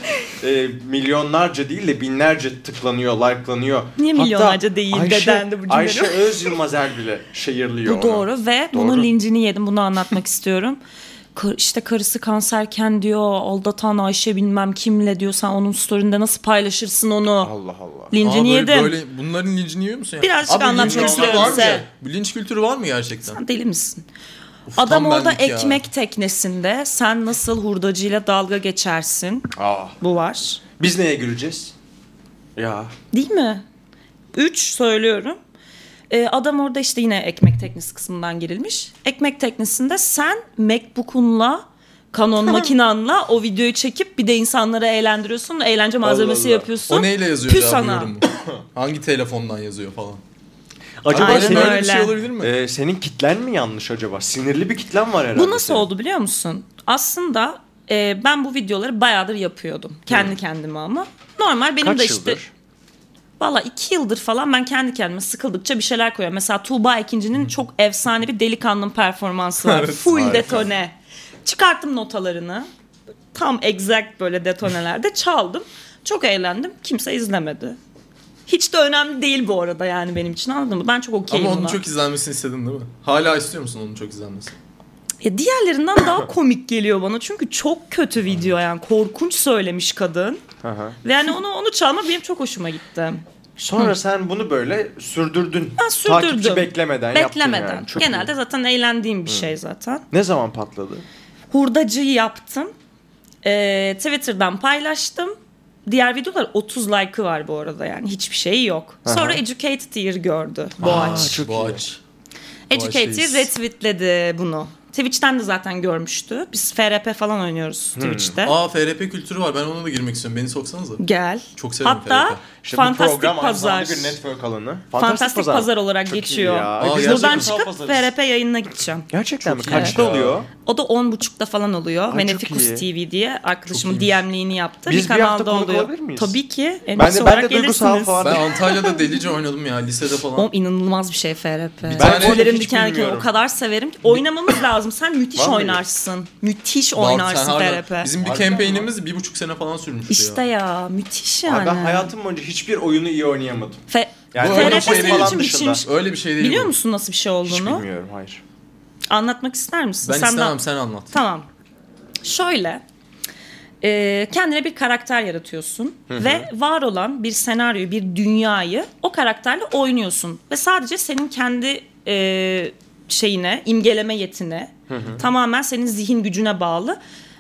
Milyonlarca değil de binlerce tıklanıyor, like'lanıyor. Niye Hatta milyonlarca değil de dendi bu cümle? Ayşe Özyılmazer bile şehirliyor Bu onu. doğru ve Doğru. bunun lincini yedim. Bunu anlatmak istiyorum. İşte karısı kanserken diyor aldatan Ayşe bilmem kimle diyor sen onun story'inde nasıl paylaşırsın onu. Allah Allah. Lincini Aa, böyle, yedim. böyle bunların lincini yiyor musun ya? Birazcık Abi, anlatmak linç kültürü istiyorum var mı size. ya? Bu linç kültürü var mı gerçekten? Sen deli misin? Uf, Adam tam orada benlik ya. ekmek teknesinde sen nasıl hurdacıyla dalga geçersin. Aa. Bu var. Biz neye güleceğiz? Ya. Değil mi? 3 söylüyorum. Adam orada işte yine ekmek teknesi kısmından girilmiş. Ekmek teknesinde sen MacBook'unla Canon makinanla o videoyu çekip bir de insanları eğlendiriyorsun. Eğlence malzemesi Allah. yapıyorsun. O neyle yazıyor Tüh ya bu sana. yorumu? Hangi telefondan yazıyor falan? Acaba Aynen senin, böyle bir şey öyle. olabilir mi? senin kitlen mi yanlış acaba? Sinirli bir kitlen var herhalde. Bu nasıl senin. oldu biliyor musun? Aslında ben bu videoları bayağıdır yapıyordum. Kendi kendime ama. Normal benim Kaç de işte... yıldır? Valla 2 yıldır falan ben kendi kendime sıkıldıkça bir şeyler koyuyorum. Mesela Tuğba Ekinci'nin çok efsane bir delikanlı performansı var. Evet, Full harika. detone. Çıkarttım notalarını. Tam exact böyle detonelerde çaldım. Çok eğlendim. Kimse izlemedi. Hiç de önemli değil bu arada yani benim için anladın mı? Ben çok okeyim Ama onun buna. çok izlenmesini istedin değil mi? Hala istiyor musun onun çok izlenmesini? Ya diğerlerinden daha komik geliyor bana. Çünkü çok kötü video yani. Korkunç söylemiş kadın. Hı hı. Ve yani onu çalma benim çok hoşuma gitti. Sonra sen bunu böyle sürdürdün. Ben sürdürdüm. Takipçi beklemeden yaptın Beklemeden. yani. Çok Genelde iyi. zaten eğlendiğim bir şey zaten. Ne zaman patladı? Hurdacıyı yaptım. Twitter'dan paylaştım. diğer videolar 30 like'ı var bu arada yani. Hiçbir şeyi yok. Sonra Educated Year gördü Boğaç. Çok iyi. Boğaç. Educated Year retweetledi bunu. Twitch'ten de zaten görmüştü. Biz FRP falan oynuyoruz Twitch'te. Aa, FRP kültürü var. Ben ona da girmek istiyorum. Beni soksanıza. Gel. Çok severim Hatta FRP. İşte bu Fantastik program aynı Pazar. zamanda bir network alanı. Fantastik Pazar olarak Çok iyi geçiyor. ya. Aa, Biz gerçekten Buradan duygusal çıkıp pazarız. FRP yayınına gideceğim. Gerçekten mi? Çok iyi. Kaçta Evet. oluyor? O da 10.30'da falan oluyor. Ay, Veneficus çok iyi. TV diye arkadaşımın Çok iyiymiş. DM'liğini yaptı. Biz bir bir hafta kanalda konuk oluyor. olabilir miyiz? Tabii ki. Ben Endüstri de olarak duygusal gelirsiniz. falan. Ben Antalya'da delice oynadım ya. Lisede falan. O inanılmaz bir şey FRP. tane- Ben tüylerim hiç diken diken bilmiyorum. o kadar severim ki. Oynamamız lazım. Sen müthiş Vallahi. oynarsın. Müthiş Vallahi sen oynarsın harbiden- FRP. Bizim bir Harbiden campaign'imiz 1,5 sene falan sürmüştü İşte ya. ya müthiş yani. Abi ben hayatım boyunca hiçbir oyunu iyi oynayamadım. FRP Yani Bu öyle bir senin şey değil. için biçilmiş. Öyle bir şey değil Biliyor bu. musun nasıl bir şey Hiç olduğunu? bilmiyorum, hayır. Anlatmak ister misin? Ben Sen de- istemem, sen anlat. Tamam. Şöyle. Kendine bir karakter yaratıyorsun ve var olan bir senaryoyu, bir dünyayı o karakterle oynuyorsun ve sadece senin kendi şeyine, imgeleme yetine, tamamen senin zihin gücüne bağlı.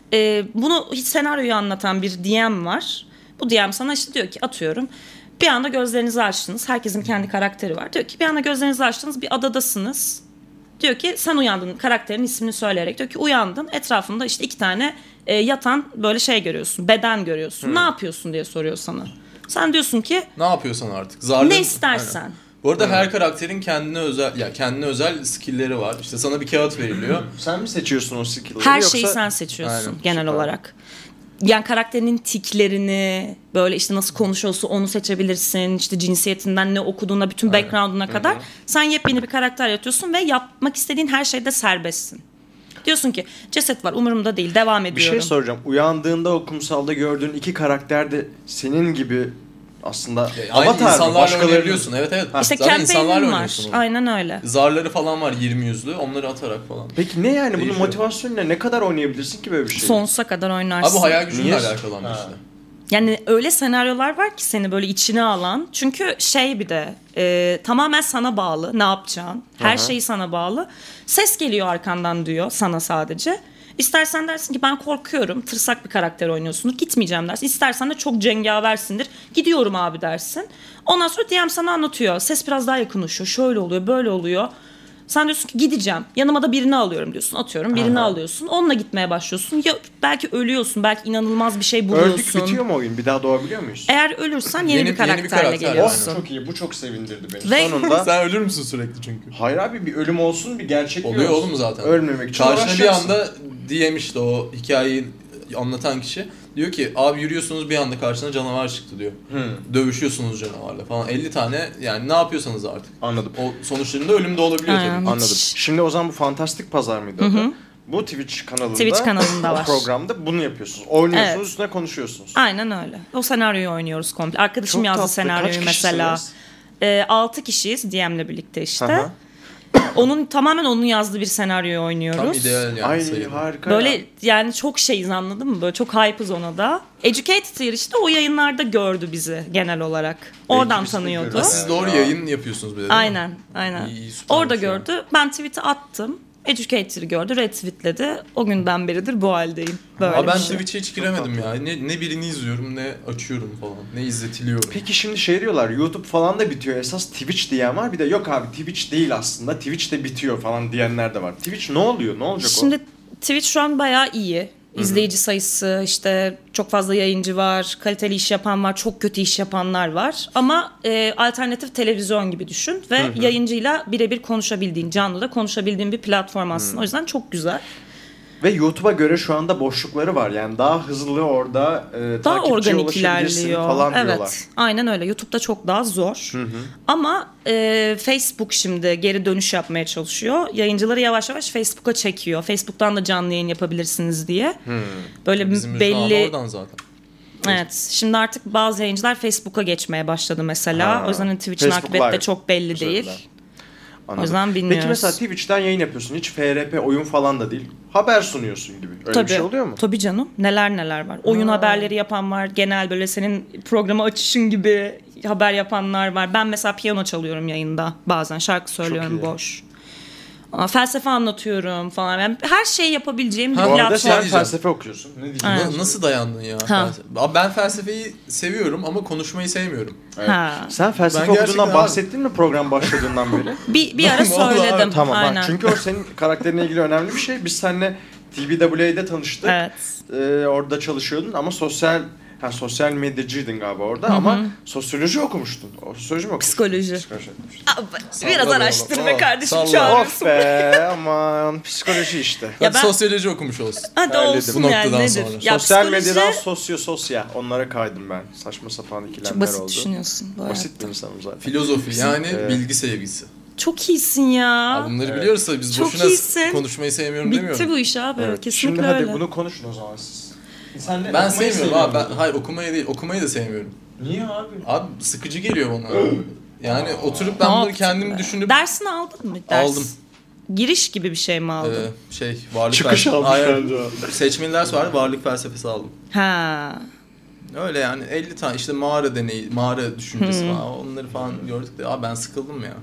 Bunu hiç senaryoyu anlatan bir DM var. Bu DM sana işte diyor ki, atıyorum, bir anda gözlerinizi açtınız. Herkesin kendi karakteri var. Diyor ki bir anda gözlerinizi açtınız, bir adadasınız. Diyor ki sen uyandın, karakterin ismini söyleyerek diyor ki uyandın, etrafında işte 2 tane yatan böyle şey görüyorsun, beden görüyorsun. Ne yapıyorsun diye soruyor sana. Sen diyorsun ki Ne yapıyorsan artık. Zarlı... ne istersen. Aynen. Bu arada her karakterin kendine özel skill'leri var. İşte sana bir kağıt veriliyor. Sen mi seçiyorsun o skill'ları Her yoksa... şeyi sen seçiyorsun Aynen, genel süper. olarak. Yani karakterinin tiklerini, böyle işte nasıl konuşuyorsa onu seçebilirsin. İşte cinsiyetinden ne okuduğuna, bütün background'una kadar. Sen yepyeni bir karakter yaratıyorsun ve yapmak istediğin her şeyde serbestsin. Diyorsun ki ceset var, umurumda değil, devam Bir ediyorum. şey soracağım. Uyandığında o kumsalda gördüğün 2 karakter de senin gibi aslında Aynı avatar mı? insanlarla Başkalarının- oynayabiliyorsun. Evet. İşte Zaten insanlarla campaign'im oynuyorsun var. onu. Aynen öyle. Zarları falan var 20 yüzlü. Onları atarak falan. Peki ne yani bunun Değişiyor. motivasyonu ne? Ne kadar oynayabilirsin ki böyle bir şey? Sonsuza kadar oynarsın. Abi bu hayal gücünle Niye? alakalı ama işte. Yani öyle senaryolar var ki seni böyle içine alan. Çünkü şey bir de tamamen sana bağlı ne yapacağın. Her şeyi sana bağlı. Ses geliyor arkandan diyor sana sadece. İstersen dersin ki ben korkuyorum. Tırsak bir karakter oynuyorsundur. Gitmeyeceğim dersin. İstersen de çok cengaversindir. Gidiyorum abi dersin. Ondan sonra DM sana anlatıyor. Ses biraz daha yakınlaşıyor. Şöyle oluyor, böyle oluyor. Sen diyorsun ki gideceğim. Yanıma da birini alıyorum diyorsun. Atıyorum birini alıyorsun. Onunla gitmeye başlıyorsun. Ya belki ölüyorsun. Belki inanılmaz bir şey buluyorsun. Öldük bitiyor mu oyun? Bir daha doğabiliyor muyuz? Eğer ölürsen yeni bir karakterle karakter. geliyorsun. Oh, çok iyi. Bu çok sevindirdi beni. Ve- Sonunda Sen ölür müsün sürekli çünkü? hayır abi, bir ölüm olsun, bir gerçek Oluyor olsun. oğlum zaten. Ölmemek için Karşına bir uğraşacaksın. anda DM işte o hikayeyi anlatan kişi diyor ki abi yürüyorsunuz bir anda karşına canavar çıktı diyor. Dövüşüyorsunuz canavarla falan. 50 tane yani ne yapıyorsanız artık. Anladım. Hmm. O sonuçlarında ölüm de olabiliyor Aynen. tabii. Anladım. Şimdi o zaman bu Fantastik Pazar mıydı adı? Bu Twitch kanalında, var. o programda bunu yapıyorsunuz. Oynuyorsunuz, Evet. üstüne konuşuyorsunuz. Aynen öyle. O senaryoyu oynuyoruz komple. Arkadaşım Çok yazdı tatlı. senaryoyu Kaç mesela. kişisiniz? 6 kişiyiz DM'le birlikte işte. Hı hı. Tamamen onun yazdığı bir senaryoyu oynuyoruz. Tam ideal yani Ay sayılır. harika ya. Böyle yani çok şeyiz, anladın mı? Böyle çok hype'ız ona da. Educated Year işte o yayınlarda gördü bizi genel olarak. Oradan biz de tanıyordu. görüyoruz. Siz doğru yayın yapıyorsunuz bir de değil mi? Aynen. İyi, süper Orada bir şey. gördü. Ben tweet'i attım. Educator'ı gördü, retweetledi. O günden beridir bu haldeyim. Böyle Abi ben bir şey. Twitch'e hiç giremedim ya. Ne birini izliyorum ne açıyorum falan. Ne izletiliyorum. Peki şimdi şey diyorlar, YouTube falan da bitiyor. Esas Twitch diyen var. Bir de yok abi Twitch değil aslında. Twitch de bitiyor falan diyenler de var. Twitch ne oluyor? Ne olacak Şimdi Twitch şu an bayağı iyi. İzleyici sayısı, işte çok fazla yayıncı var, kaliteli iş yapan var, çok kötü iş yapanlar var. Ama alternatif televizyon gibi düşün ve yayıncıyla birebir konuşabildiğin, canlıda konuşabildiğin bir platform aslında. O yüzden çok güzel. Ve YouTube'a göre şu anda boşlukları var. Yani daha hızlı orada Daha takipçiye organik ulaşabilirsin ilerliyor. falan Evet, diyorlar. aynen öyle. YouTube'da çok daha zor. Ama Facebook şimdi geri dönüş yapmaya çalışıyor. Yayıncıları yavaş yavaş Facebook'a çekiyor. Facebook'tan da canlı yayın yapabilirsiniz diye. Böyle Bizim belli... oradan zaten. Evet. Şimdi artık bazı yayıncılar Facebook'a geçmeye başladı mesela. O yüzden Twitch'in Facebook akıbeti de Live. çok belli değil. Söylediler. O yüzden bilmiyoruz. Peki mesela Twitch'ten yayın yapıyorsun. Hiç FRP oyun falan da değil. Haber sunuyorsun gibi. Öyle bir şey oluyor mu? Tabii canım. Neler var. Oyun haberleri yapan var. Genel böyle senin programı açışın gibi haber yapanlar var. Ben mesela piyano çalıyorum yayında. Bazen şarkı söylüyorum iyi. boş. Felsefe anlatıyorum falan. Yani her şeyi yapabileceğim bir Ha, Bu arada platform. sen diyeceğim. felsefe okuyorsun. Ne diyeyim? Evet. Nasıl dayandın ya? Ha. Abi ben felsefeyi seviyorum ama konuşmayı sevmiyorum. Ha. Sen felsefe Ben gerçekten okuduğundan abi- bahsettin mi program başladığından beri? Bir ara Vallahi söyledim. Tamam Aynen. bak çünkü o senin karakterinle ilgili önemli bir şey. Biz seninle TBWA'de tanıştık. Evet. Orada çalışıyordun ama sosyal medyacıydın galiba orada ama sosyoloji okumuştun. O sosyoloji mi okumuştun? Psikoloji. Psikoloji okumuştun. Biraz Salla araştır be be oğlum. kardeşim Salla. çağırıyorsun. Of be aman psikoloji işte. Ya Hadi ben- sosyoloji okumuş olsun. Hadi Öyle olsun bu yani noktadan nedir? sonra. Ya Sosyal psikoloji- medyadan sosya onlara kaydım ben. Saçma sapan Çok ikilemler basit oldu. düşünüyorsun bu Basit hayatta. bir insanım zaten. Filozofi yani Evet. bilgi sevgisi. Çok iyisin ya. Abi bunları biliyoruz tabii biz Çok boşuna iyisin. konuşmayı sevmiyorum Bitti demiyorum. bu iş abi. Evet. Kesinlikle Şimdi hadi öyle. bunu konuşun o zaman siz. Sen de Ben okumayı sevmiyorum abi. seviyorsun. Hayır okumayı değil. Okumayı da sevmiyorum. Niye abi? Abi sıkıcı geliyor bana. Yani oturup ben Ne bunları yaptın kendim be? düşünüp Dersini aldın mı? Ders. Aldım. Giriş gibi bir şey mi aldın? Varlık Çıkış felsefesi. almış Aynen. bence o. Seçmeli ders vardı. Varlık felsefesi aldım. Ha. Öyle yani 50 tane işte mağara deneyi, mağara düşüncesi falan onları falan gördük de abi ben sıkıldım ya.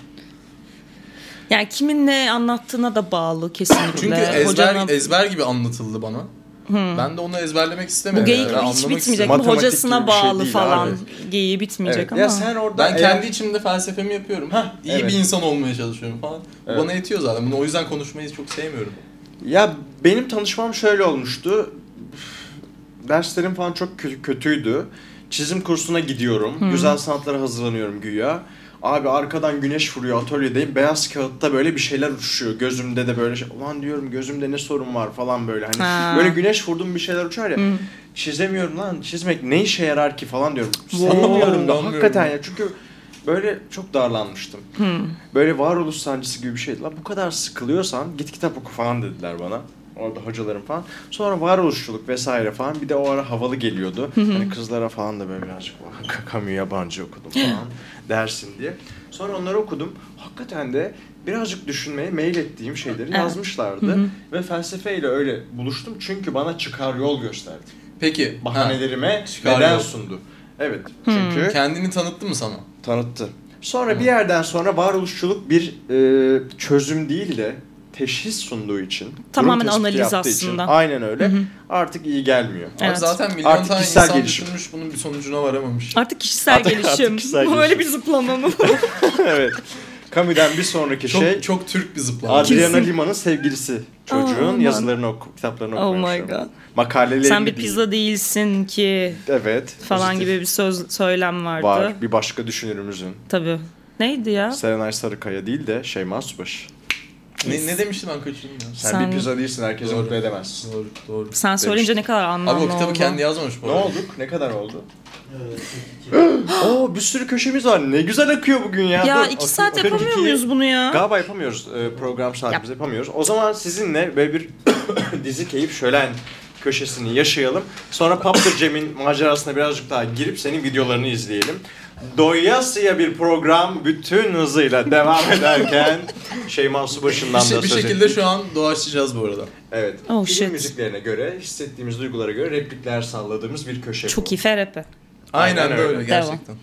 Yani kimin ne anlattığına da bağlı kesinlikle. Çünkü Hocanın- ezber gibi anlatıldı bana. Ben de onu ezberlemek istemedim. Bu geyik yani. Ben hiç anlamak bitmeyecek istedim. mi? Matematik Hocasına gibi bir şey bağlı değil falan. abi. Geyiği bitmeyecek Evet. ama. Ya sen orada Ben kendi içimde felsefemi yapıyorum. İyi evet. bir insan olmaya çalışıyorum falan. Bu Evet. bana yetiyor zaten. Bunu o yüzden konuşmayı çok sevmiyorum. Ya benim tanışmam şöyle olmuştu. Derslerim falan çok kötüydü. Çizim kursuna gidiyorum. Güzel sanatlara hazırlanıyorum güya. Abi arkadan güneş vuruyor, atölyedeyim. Beyaz kağıtta böyle bir şeyler uçuşuyor. Gözümde de böyle şey. Ulan diyorum gözümde ne sorun var falan böyle. Hani Ha. böyle güneş vurdum bir şeyler uçar ya. Çizemiyorum lan. Çizmek ne işe yarar ki falan diyorum. Sanmıyorum da hakikaten ya. Çünkü böyle çok darlanmıştım. Böyle varoluş sancısı gibi bir şeydi. Lan bu kadar sıkılıyorsan git kitap oku falan dediler bana. Orada hocalarım falan. Sonra varoluşçuluk vesaire falan. Bir de o ara havalı geliyordu. Hani kızlara falan da böyle birazcık Camus yabancı okudum falan dersin diye. Sonra onları okudum. Hakikaten de birazcık düşünmeye meyil ettiğim şeyleri yazmışlardı. Ve felsefeyle öyle buluştum. Çünkü bana çıkar yol gösterdi. Peki. Bahanelerime çıkar neden yol. sundu. Evet. Çünkü Kendini tanıttı mı sana? tanıttı. Sonra bir yerden sonra varoluşçuluk bir çözüm değil de teşhis sunduğu için, Tamamen durum tespiti analiz yaptığı için, aslında. aynen öyle. Artık iyi gelmiyor. Abi Evet. zaten milyon Artık tane kişisel insan gelişim. düşünmüş bunun bir sonucuna varamamış. Artık kişisel Artık gelişim. kişisel Bu Öyle bir gelişim. zıplama mı? Evet. Camus'den bir sonraki Çok şey çok Türk bir zıplama. Adriana Kesin. Lima'nın sevgilisi. Çocuğun Aman. yazılarını kitaplarını Oh okumaya my başladım. god. Makalelerini Sen bir değil. pizza değilsin ki Evet. falan pozitif gibi bir söylem vardı. var. Bir başka düşünürümüzün. Tabii. Neydi ya? Serenay Sarıkaya değil de Şeyma Subaşı. Ne demiştim ben kaçırdım ya. Sen bir pizza değilsin, herkesi Doğru. mutlu edemezsin. Doğru. Sen söyleyince ne kadar anlamlı Abi o kitabı oldu. kendi yazmamış bu Ne arada. olduk? Ne kadar oldu? Oo bir sürü köşemiz var. Ne güzel akıyor bugün ya. Ya Dur, 2 saat 42'yi yapamıyor muyuz bunu ya? Galiba yapamıyoruz. Program saatimizi yapamıyoruz. O zaman sizinle böyle bir dizi keyif şölen köşesini yaşayalım. Sonra Paptır Cem'in macerasına birazcık daha girip senin videolarını izleyelim. Doyasıya bir program bütün hızıyla devam ederken Şeyma Subaşı'ndan da Bir söz şekilde ettik. şu an doğaçlayacağız bu arada. Evet. Oh, Film shit. müziklerine göre, hissettiğimiz duygulara göre replikler salladığımız bir köşe bu. Çok iyi FRP. Aynen Aynen böyle öyle. gerçekten.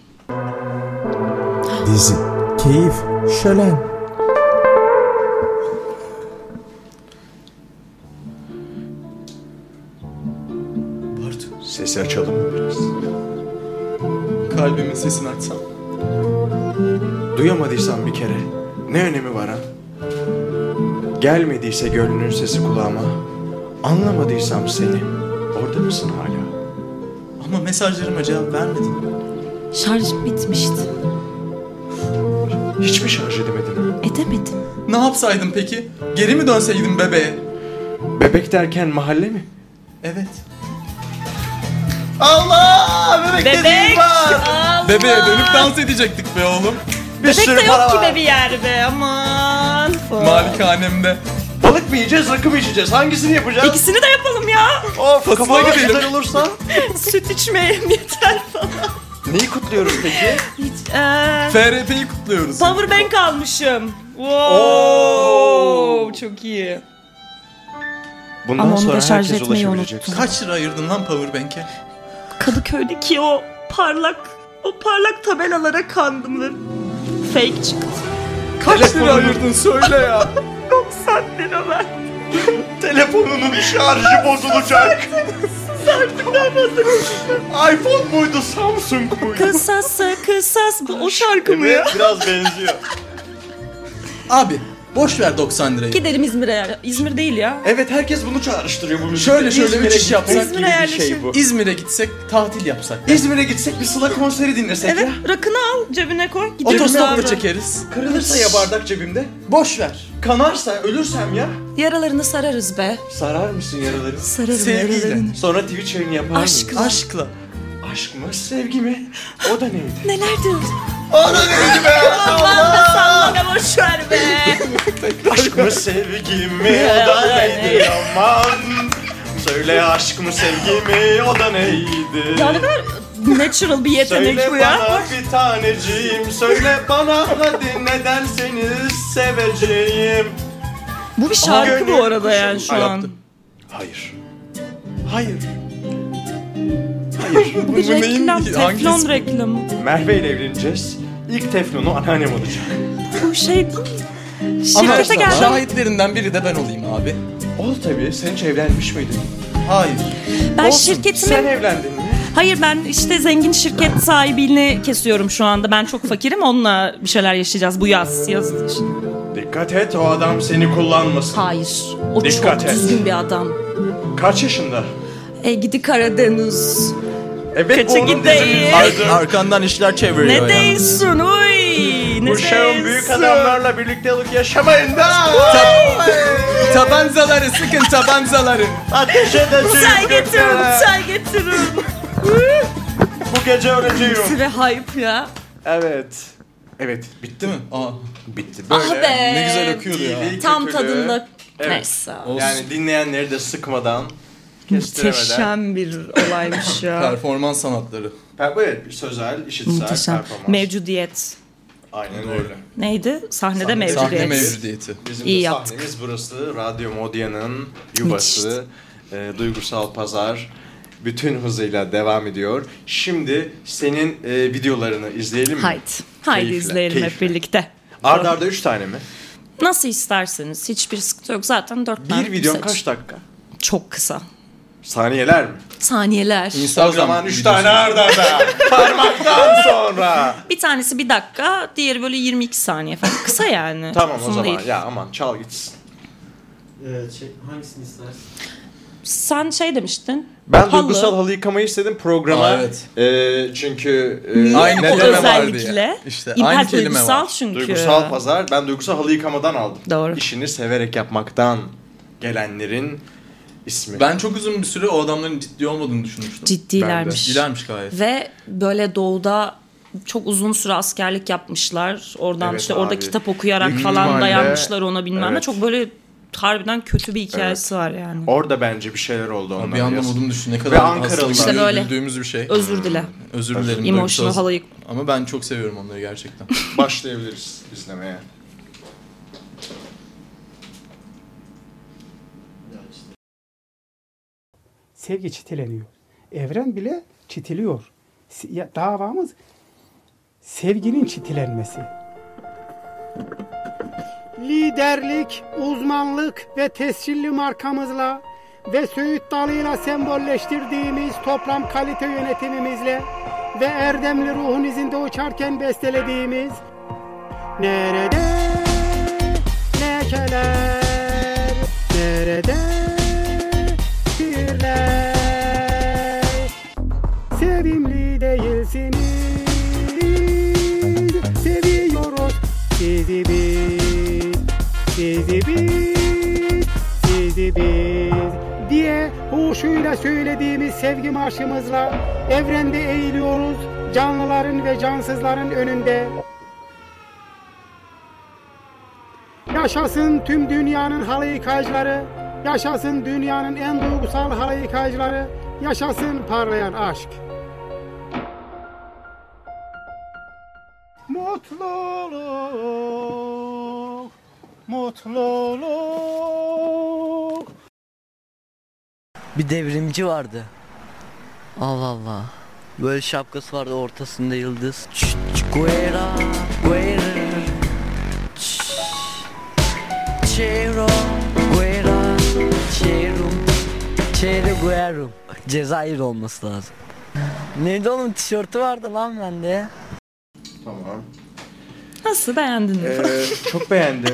Dizi, keyif, şölen. Bartu. Sesi açalım mı biraz? Kalbimin sesini açsam. Duyamadıysan bir kere ne önemi var ha? Gelmediyse gönlünün sesi kulağıma, anlamadıysam seni, orada mısın hala? Ama mesajlarıma cevap vermedin. Şarj bitmişti. Hiç mi şarj edemedin? Edemedim. Ne yapsaydım peki? Geri mi dönseydim bebeğe? Bebek derken mahalle mi? Evet. Allah! Bebek, Bebek! Allah! Bebeğe dönüp dans edecektik be oğlum. Bir Bebek sürü de para yok ki var. be bir yerde aman. Malikanemde. Balık mı yiyeceğiz, rakı mı içeceğiz? Hangisini yapacağız? İkisini de yapalım ya. Of, Fasıla kafama gidelim. güzel olursa. Süt içmeyelim yeter falan. Neyi kutluyoruz peki? Hiç, FRP'yi kutluyoruz. Powerbank almışım. Wow. Oo. Çok iyi. Bundan Ama onu da sonra şarj herkes etmeyi ulaşabilecek. unuttum. Kaç lira ayırdın lan Powerbank'e? Kadıköy'deki o parlak tabelalara kandım ve fake çıktı. Kaç lira ayırdın söyle ya. 90 lira ver. Telefonunun şarjı bozulacak. iPhone muydu, Samsung muydu? Kısası kısas. Bu o şarkı mı ya? Evet, biraz benziyor. Abi boş ver 90 lirayı. Gidelim İzmir'e ya. İzmir değil ya. Evet, herkes bunu çağrıştırıyor bu müzikte. Şöyle İzmir'e üç iş yapsak gitmek İzmir'e gibi bir şey yerleşelim. bu. İzmir'e gitsek tatil yapsak. İzmir'e gitsek bir Sıla konseri dinlesek Evet, ya. rakını al, cebine koy. Gidiyoruz Otostopla abi. çekeriz. Kırılırsa ya bardak cebimde. Boş ver. Kanarsa, ölürsem ya. Yaralarını sararız be. Sarar mısın yaraları? Sararım Sevgiyle. yaralarını. Sonra Twitch yayını yapar mısın? Aşkla. Aşkla. Aşk mı, sevgi mi? O da neydi? Neler diyorsun? O da neydi be? Aman da sallana boşver be. Aşk mı, sevgi mi? O da neydi? Aman. Söyle, aşk mı, sevgi mi? O da neydi? Ya ne kadar natural bir yetenek Söyle bu ya. bana bir taneciğim, söyle bana hadi neden seni seveceğim. Bu bir şarkı bu arada yani şu an. Yaptım. Hayır. Hayır. Hayır. Bu bir neyin- reklam, teflon hangisi? reklamı. Merve ile evleneceğiz. İlk teflonu anneannem olacak. Bu şey değil mi? Şirkete geldim. Şahitlerinden biri de ben olayım abi. Ol tabii. Sen hiç evlenmiş miydin? Hayır. Ben Olsun, şirketimin... Sen evlendin mi? Hayır, ben işte zengin şirket sahibini kesiyorum şu anda. Ben çok fakirim, onunla bir şeyler yaşayacağız bu yaz için. Dikkat et, o adam seni kullanmasın. Hayır, o Dikkat çok et. düzgün bir adam. Kaç yaşında? Gidi Karadeniz. Evet, Kaça bu onun gideyim? dizinin adı. Arkandan işler çeviriyor Ne ya. değilsin uy? Ne Bu şahın büyük değilsin? adamlarla birliktelik yaşamayın da. Tabancaları sıkın tabancaları. Ateşe de Çay getirin, çay getirin. Bu gece öleceğim. Süre hype ya. Evet. Evet, Bitti mi? Aa. bitti. Ah Böyle. be. Ne güzel okuyordu ya. İyiliği, Tam kötülüğü. tadında. Evet. Neyse. Olsun. Yani dinleyenleri de sıkmadan, kestiremeden. Muhteşem bir olaymış ya. Performans sanatları. Evet, bir sözel, işitsel, Muhteşem. performans. Mevcudiyet. Aynen öyle. Neydi? Sahnede Sahne mevcudiyet. Sahne mevcudiyeti. Bizim İyi de yaptık. sahnemiz burası. Radyo Modya'nın yuvası. Duygusal Pazar bütün hızıyla devam ediyor. Şimdi senin videolarını izleyelim mi? Haydi. Haydi Keyifle, izleyelim hep keyifle. birlikte. Arda arda 3 tane mi? Nasıl isterseniz. Hiçbir sıkıntı yok. Zaten 4 tane. Bir videon seç. kaç dakika? Çok kısa. Saniyeler mi? Saniyeler. O zaman 3 videosu. tane arda arda. Parmaktan sonra. Bir tanesi 1 dakika, diğeri böyle 22 saniye falan. Kısa yani. Tamam o Uzun zaman. değil. Ya aman çal gitsin. Hangisini istersin? Sen şey demiştin. Ben halı. duygusal halı yıkamayı istedim programa. Aa, evet. Çünkü Aynı o kelime vardı özellikle? ya. İşte İlber aynı kelime duygusal var. çünkü. duygusal pazar. Ben duygusal halı yıkamadan aldım. Doğru. İşini severek yapmaktan gelenlerin ismi. Ben çok uzun bir süre o adamların ciddi olmadığını düşünmüştüm. Ciddilermiş. Ciddilermiş gayet. Ve böyle doğuda çok uzun süre askerlik yapmışlar. Oradan Evet işte orada abi. kitap okuyarak Büyük falan ihtimalle- dayanmışlar ona bilmem ne. Evet. Çok böyle harbiden kötü bir hikayesi var yani. Orada bence bir şeyler oldu ondan. Bir anda biraz. modum düştü. Ne Ve kadar Ankaralılar. aslında İşte böyle. güldüğümüz bir şey. Özür dile. Özür dilerim. Emotional duygusal. halı yık. Ama ben çok seviyorum onları gerçekten. Başlayabiliriz izlemeye. Sevgi çitileniyor. Evren bile çitiliyor. Davamız sevginin çitilenmesi. Liderlik, uzmanlık ve tescilli markamızla ve Söğüt dalıyla sembolleştirdiğimiz toplam kalite yönetimimizle ve erdemli ruhun izinde uçarken bestelediğimiz nerede lekeler, nerede şiirler, sevimli değilsiniz, seviyoruz sizi biz, sizi biz, sizi biz diye huşuyla söylediğimiz sevgi marşımızla evrende eğiliyoruz canlıların ve cansızların önünde. Yaşasın tüm dünyanın halı yıkayıcıları, yaşasın dünyanın en duygusal halı yıkayıcıları, yaşasın parlayan aşk. Mutluluk, mutluluk. Bir devrimci vardı. Allah Allah. Böyle şapkası vardı, ortasında yıldız. Guerra, guerra. Cheiro, Guera, Cheiro Guero. Cezayir olması lazım. Neydi oğlum, tişörtü vardı lan bende. Tamam. Nasıl, beğendin mi? Çok beğendim.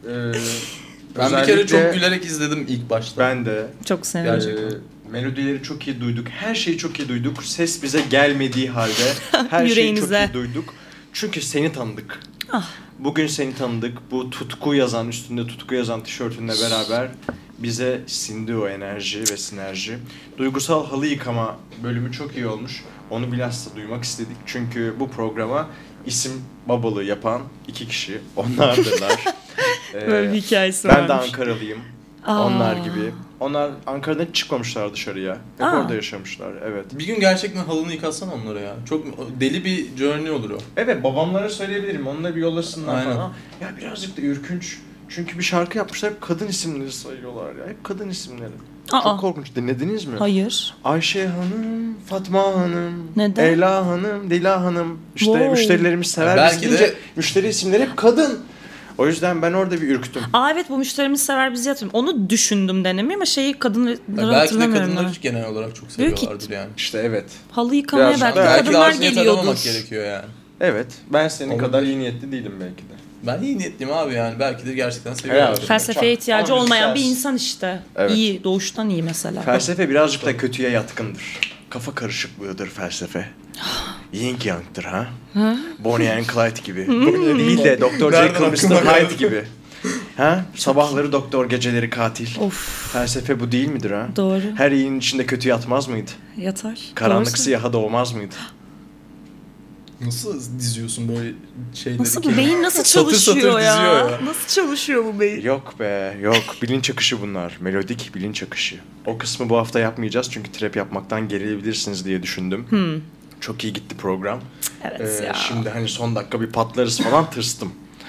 Ben bir kere çok gülerek izledim ilk başta. Ben de. Çok sevindim. Melodileri çok iyi duyduk. Her şeyi çok iyi duyduk. Ses bize gelmediği halde her şeyi çok iyi duyduk. Çünkü seni tanıdık. Bugün seni tanıdık. Bu tutku yazan, üstünde tutku yazan tişörtünle beraber bize sindi o enerji ve sinerji. Duygusal halı yıkama bölümü çok iyi olmuş. Onu bilhassa duymak istedik. Çünkü bu programa isim babalığı yapan 2 kişi. Onlardırlar. Böyle bir hikayesi ben varmış. de Ankaralıyım. Onlar gibi. Onlar Ankara'dan hiç çıkmamışlar dışarıya. Hep orada yaşamışlar. Evet. Bir gün gerçekten halını yıkatsan onlara ya. Çok deli bir journey olur o. Evet, babamlara söyleyebilirim. Onunla bir yollasınlar Aynen. falan. Ya birazcık da ürkünç. Çünkü bir şarkı yapmışlar, hep kadın isimleri sayıyorlar ya. Hep kadın isimleri. Çok korkunç. Dinlediniz mi? Hayır. Ayşe Hanım, Fatma Hanım, Neden? Ela Hanım, Dila Hanım. İşte müşterilerimiz sever. Belki Biz deyince de müşteri isimleri hep kadın. O yüzden ben orada bir ürktüm. Evet, bu müşterimiz sever bizi yatırım. Onu düşündüm denemeye ama kadınları belki de hatırlamıyorum. kadınlar genel olarak çok seviyorlardır yani. İşte evet. Halı yıkamaya Biraz belki daha- kadınlar arsını geliyordur. tanımamak gerekiyor yani. Evet. Ben senin Olabilir. kadar iyi niyetli değilim belki de. Ben iyi niyetliyim abi yani. Belki de gerçekten seviyorlar. Felsefeye ihtiyacı Ama olmayan bir biraz- insan işte. Evet. İyi, doğuştan iyi mesela. Felsefe birazcık da kötüye yatkındır. Kafa karışıklığıdır felsefe. Yin Yang'dır ha? Bonnie and Clyde gibi. Değil de Dr. Jekyll Mr. Hyde gibi. Ha? Sabahları doktor, geceleri katil. Of, Felsefe bu değil midir ha? doğru. Her iyinin içinde kötü yatmaz mıydı? Yatar. Karanlık Doğru siyaha doğmaz mıydı? Nasıl diziyorsun böyle şeyleri? Nasıl, bu beyin nasıl Satır çalışıyor satır ya? diziyor ya. Nasıl çalışıyor bu beyin? Yok be, yok. Bilinç akışı bunlar. Melodik bilinç akışı. O kısmı bu hafta yapmayacağız çünkü trap yapmaktan gerilebilirsiniz diye düşündüm. Çok iyi gitti program. Evet ya. Şimdi hani son dakika bir patlarız falan tırstım.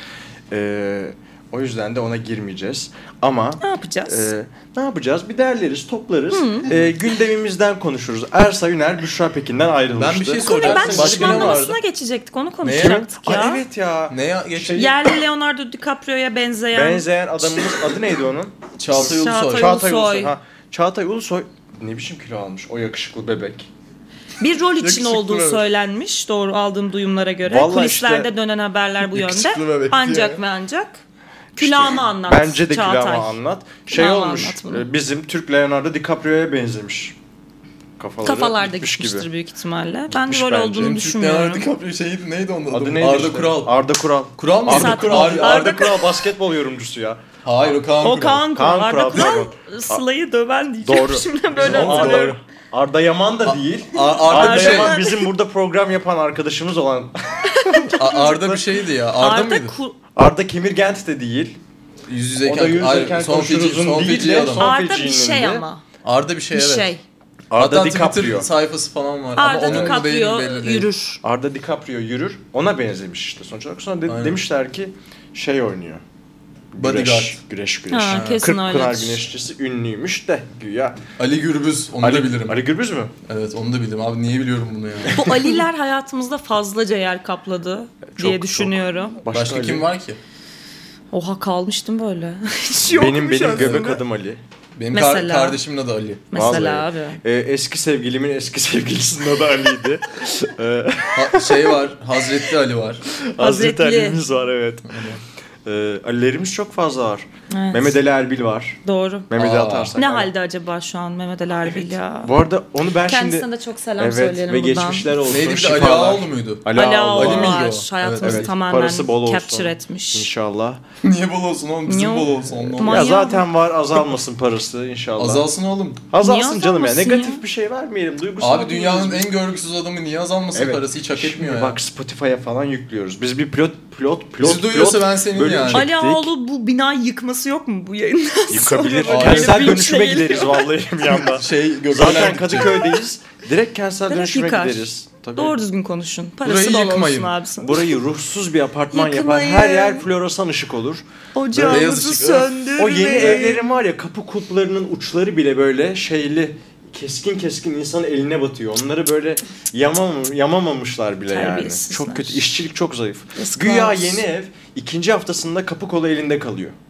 O yüzden de ona girmeyeceğiz. Ama Ne yapacağız? ne yapacağız? Bir derleriz, toplarız. Gündemimizden konuşuruz. Ersay Üner, Büşra Pekin'den ayrılmıştı. Ben bir şey Konuyu soracağım. ben Başka ne şişmanlamasına vardı? geçecektik. Onu konuşacaktık ya. Ay, evet ya. Ne ya? Geçen Yerli Leonardo DiCaprio'ya benzeyen. Adamımız adı neydi onun? Çağatay Ulusoy. Çağatay Ulusoy. Ha, Çağatay Ulusoy ne biçim kilo almış o yakışıklı bebek. Bir rol için Yakışıklı olduğu bebek. söylenmiş. Doğru aldığım duyumlara göre. Vallahi Kulislerde işte- dönen haberler bu Yakışıklı yönde. bebek Ancak diyor ve ancak. Külahımı anlat. Bence de Çağatay. külahımı anlat. Külahımı Olmuş. anlat bunu. Bizim Türk Leonardo DiCaprio'ya benzemiş. Kafalarda gitmiş gitmiştir gibi. büyük ihtimalle. Ben Gitmiş de rol bence. olduğunu Benim Türk Leonardo düşünmüyorum. DiCaprio şeydi neydi onun adı? Adı neydi Arda işte? Kural. Arda Kural. Kural mı? Arda Kural. Arda Kural basketbol yorumcusu ya. Hayır o Kaan O Kural. Kaan Kural. Kaan Arda Kural, Kural Sıla'yı döven diyeceğim. Doğru. Şimdi böyle Bizim hatırlıyorum. Arda Yaman da değil. Arda bir Arda şey. Yaman bizim burada program yapan arkadaşımız olan. Arda bir şeydi ya. Arda mıydı? Arda Kemirgent de değil. Yüz O yüzeyken. da yüzeyken son konuşuruzun son değil feci de adam. son Arda bir fecinin şey de. ama. Arda bir şey Bir evet. şey. Arda Hatta Twitter DiCaprio. sayfası falan var. Arda ama onun mu değil mi DiCaprio belli değil. yürür. Arda DiCaprio yürür. Ona benzemiş işte sonuç olarak. Sonra Aynen. demişler ki şey oynuyor. Bodyguard. Güreş. Ha, kesin 40 öyledir. Pınar Güneşçisi ünlüymüş de güya. Ali Gürbüz. Onu da bilirim. Ali Gürbüz mü? Evet onu da bilirim. Abi niye biliyorum bunu ya? Bu Ali'ler hayatımızda fazlaca yer kapladı diye Çok, düşünüyorum. Başka Ali. kim var ki? Oha, kalmıştım böyle. Hiç Benim yokmuş aslında. göbek adım Ali. Benim Mesela. kardeşimin adı Ali. Mesela Vallahi. abi. Eski sevgilimin eski sevgilisinin adı Ali'ydi. Şey var. Hazretli Ali var. Hazreti Hazretli. Ali'miz var evet. Ali'lerimiz çok fazla var. Evet. Mehmet Ali Erbil var. Doğru. Mehmet'i Aa. atarsak. Ne yani. halde acaba şu an Mehmet Ali Erbil ya? Bu arada onu ben Kendisine şimdi... de çok selam Evet söyleyelim ve buradan. geçmişler olsun. Neydi bir de Ali şifalar. Ağaoğlu muydu? Ali Ağaoğlu Ali miydi var. o? Hayatımızı Evet. tamamen Parası bol olsun. capture etmiş. İnşallah. Niye bol olsun oğlum? Bizim Yo. bol olsun. Ondan. Manyak. Ya zaten var azalmasın parası inşallah. Azalsın oğlum. Niye Azalsın canım ya. azalmasın Negatif ya? bir şey vermeyelim. Duygusal Abi dünyanın değiliz. en görgüsüz adamı niye azalmasın parası hiç hak Şimdi etmiyor ya. Bak Spotify'a falan yüklüyoruz. Biz bir pilot Bizi duyuyorsa ben senin bölüm yani. çektik. Ali Ağaoğlu bu binayı yıkması yok mu bu yayından Yıkabilir. sonra? Kentsel Böyle bir dönüşüme şey- gideriz vallahi bir yandan. Zaten Kadıköy'deyiz. Direkt kentsel Direkt dönüşüme yıkar. gideriz. Tabii. Doğru düzgün konuşun. Parası Burayı bol yıkmayın. olsun abisi. Burayı ruhsuz bir apartman yapan Yıkmayın. her yer floresan ışık olur. Beyaz Ocağımızı ışık, söndürmeyin. O yeni evlerin var ya kapı kulplarının uçları bile böyle şeyli keskin insanın eline batıyor. Onları böyle yamamamışlar bile yani. Terbiyesizler. Çok kötü. İşçilik çok zayıf. Yazıklar Güya olsun. yeni ev ikinci haftasında kapı kolu elinde kalıyor.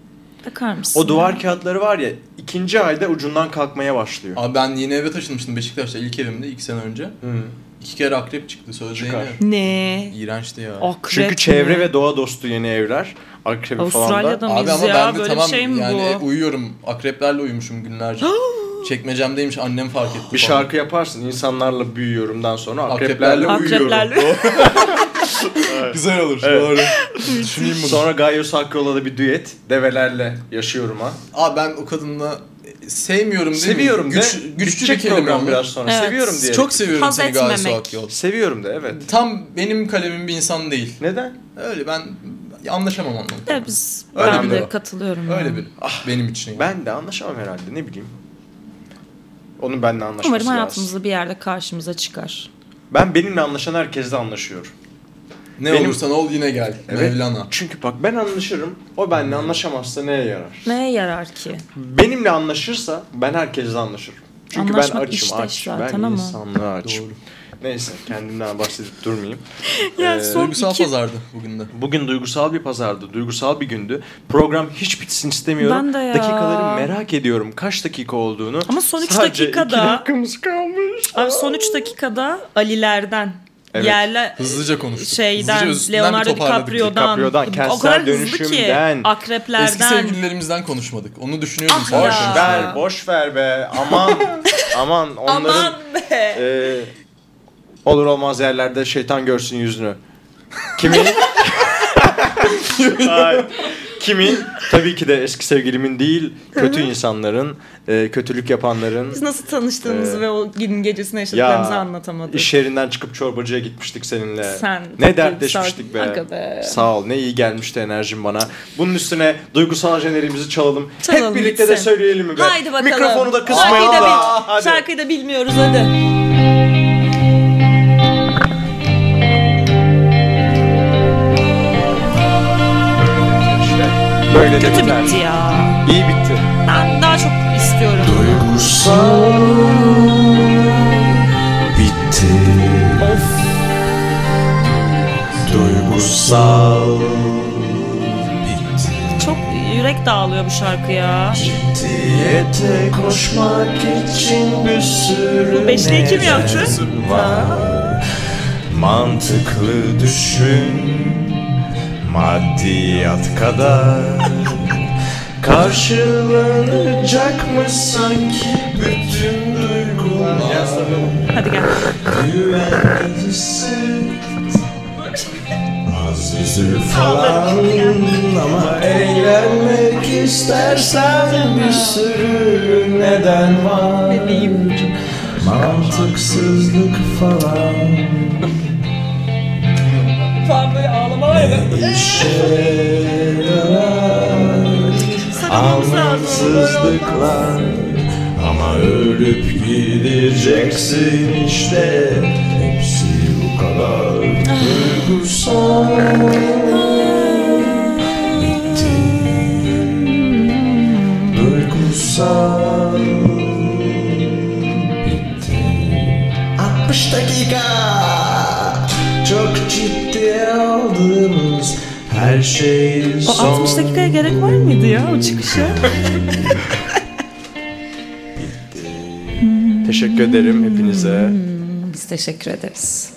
Bakar mısın? O duvar kağıtları var ya, 2. ayda ucundan kalkmaya başlıyor. Abi ben yeni eve taşınmıştım Beşiktaş'ta ilk evimde 2 sene önce. 2 kere akrep çıktı sözde Çıkar. yine. Ne? İğrençti ya. Akrep Çünkü çevre mi? ve doğa dostu yeni evler. Akrebi falan da. Avustralya'da Abi mıyız ama ya? ben de Böyle tamam bir şey mi yani bu? uyuyorum. Akreplerle uyumuşum günlerce. Çekmecemdeymiş, annem fark etti Bir falan. şarkı yaparsın. İnsanlarla büyüyorumdan sonra akreplerle uyuyorum. Akreplerle. Güzel olur. Evet. Doğru. Düşüneyim bunu. Sonra Gayos Hakkıoğlu'da bir düet. Develerle yaşıyorum ha. Abi ben o kadınla sevmiyorum değil Seviyorum mi? de. Güçlü bir Bitecek kelime program ama. biraz sonra. Evet. Seviyorum diye. Çok seviyorum Haz seni Gaye etmemek. Suakyol. Seviyorum da evet. Tam benim kalemim bir insan değil. Neden? Öyle ben anlaşamam onunla. Evet, biz, Öyle ben biri de o. katılıyorum. Öyle yani. bir. Benim için yani. Ben de anlaşamam herhalde, ne bileyim. Onun benimle anlaşması Umarım lazım. hayatımızda bir yerde karşımıza çıkar. Ben benimle anlaşan herkesle anlaşıyorum. Ne benim- olursan ol yine gel. Evet. Mevlana. Çünkü bak ben anlaşırım. O benimle anlaşamazsa neye yarar? Neye yarar ki? Benimle anlaşırsa ben herkesle anlaşırım. Çünkü Anlaşmak ben açım, işte aç. zaten Ben ama. insanlığa açım. Doğru. Neyse, kendimden bahsedip durmayayım. Yani son Duygusal iki... pazardı bugün de. Bugün duygusal bir pazardı, duygusal bir gündü. Program hiç bitsin istemiyorum. Ben de ya. Dakikaları merak ediyorum kaç dakika olduğunu. Ama son 3 Sadece dakikada... 2 dakikamız kalmış. Abi son 3 dakikada Ali'lerden, Evet. yerle Hızlıca konuştuk. şeyden, Hızlıca üstünden bir Leonardo toparladık. DiCaprio'dan, DiCaprio'dan, o kentsel kadar hızlı dönüşümden, ki akreplerden. Eski sevgililerimizden konuşmadık. Onu düşünüyordum. Ah sen ya. Boş ver, boş ver be. Aman onların Aman be. olur olmaz yerlerde şeytan görsün yüzünü. Kimin? Hayır. Kimin? Tabii ki de eski sevgilimin değil, kötü insanların, kötülük yapanların. Biz nasıl tanıştığımızı ve o günün gecesini yaşadıklarımızı anlatamadık. İş yerinden çıkıp çorbacıya gitmiştik seninle. Sen Ne dertleşmiştik be. Aga be. Sağ ol, ne iyi gelmişti enerjin bana. Bunun üstüne duygusal jenerimizi çalalım. Çalalım, Hep birlikte de gitsin. söyleyelim mi be? Haydi bakalım. Mikrofonu da Şarkıyı kısmayalım da da. Hadi. Şarkıyı da bilmiyoruz hadi. Böyle de Kötü biter. bitti ya. İyi bitti. Ben daha çok istiyorum. Duygusal bitti. Of. Duygusal Çok yürek dağılıyor bu şarkı ya. diyete koşmak için bir sürü Bu beşliği kim yaptı? neden var. Mantıklı düşün, maddiyat kadar karşılanacakmış sanki bütün duygular. Hadi gel. Güvenli hisset, az üzül falan ama eğlenmek istersen bir sürü neden var. Mantıksızlık falan Falan böyle ağlama var ya. işe yarar. Anlamsızlıklar ama ölüp gideceksin işte. Hepsi bu kadar duygusal. Bitti. Duygusal. Bitti. 60 dakika. Çok ciddiye aldığımız her şey O 60 dakikaya gerek var mıydı ya o çıkışa? Teşekkür ederim hepinize. Biz teşekkür ederiz.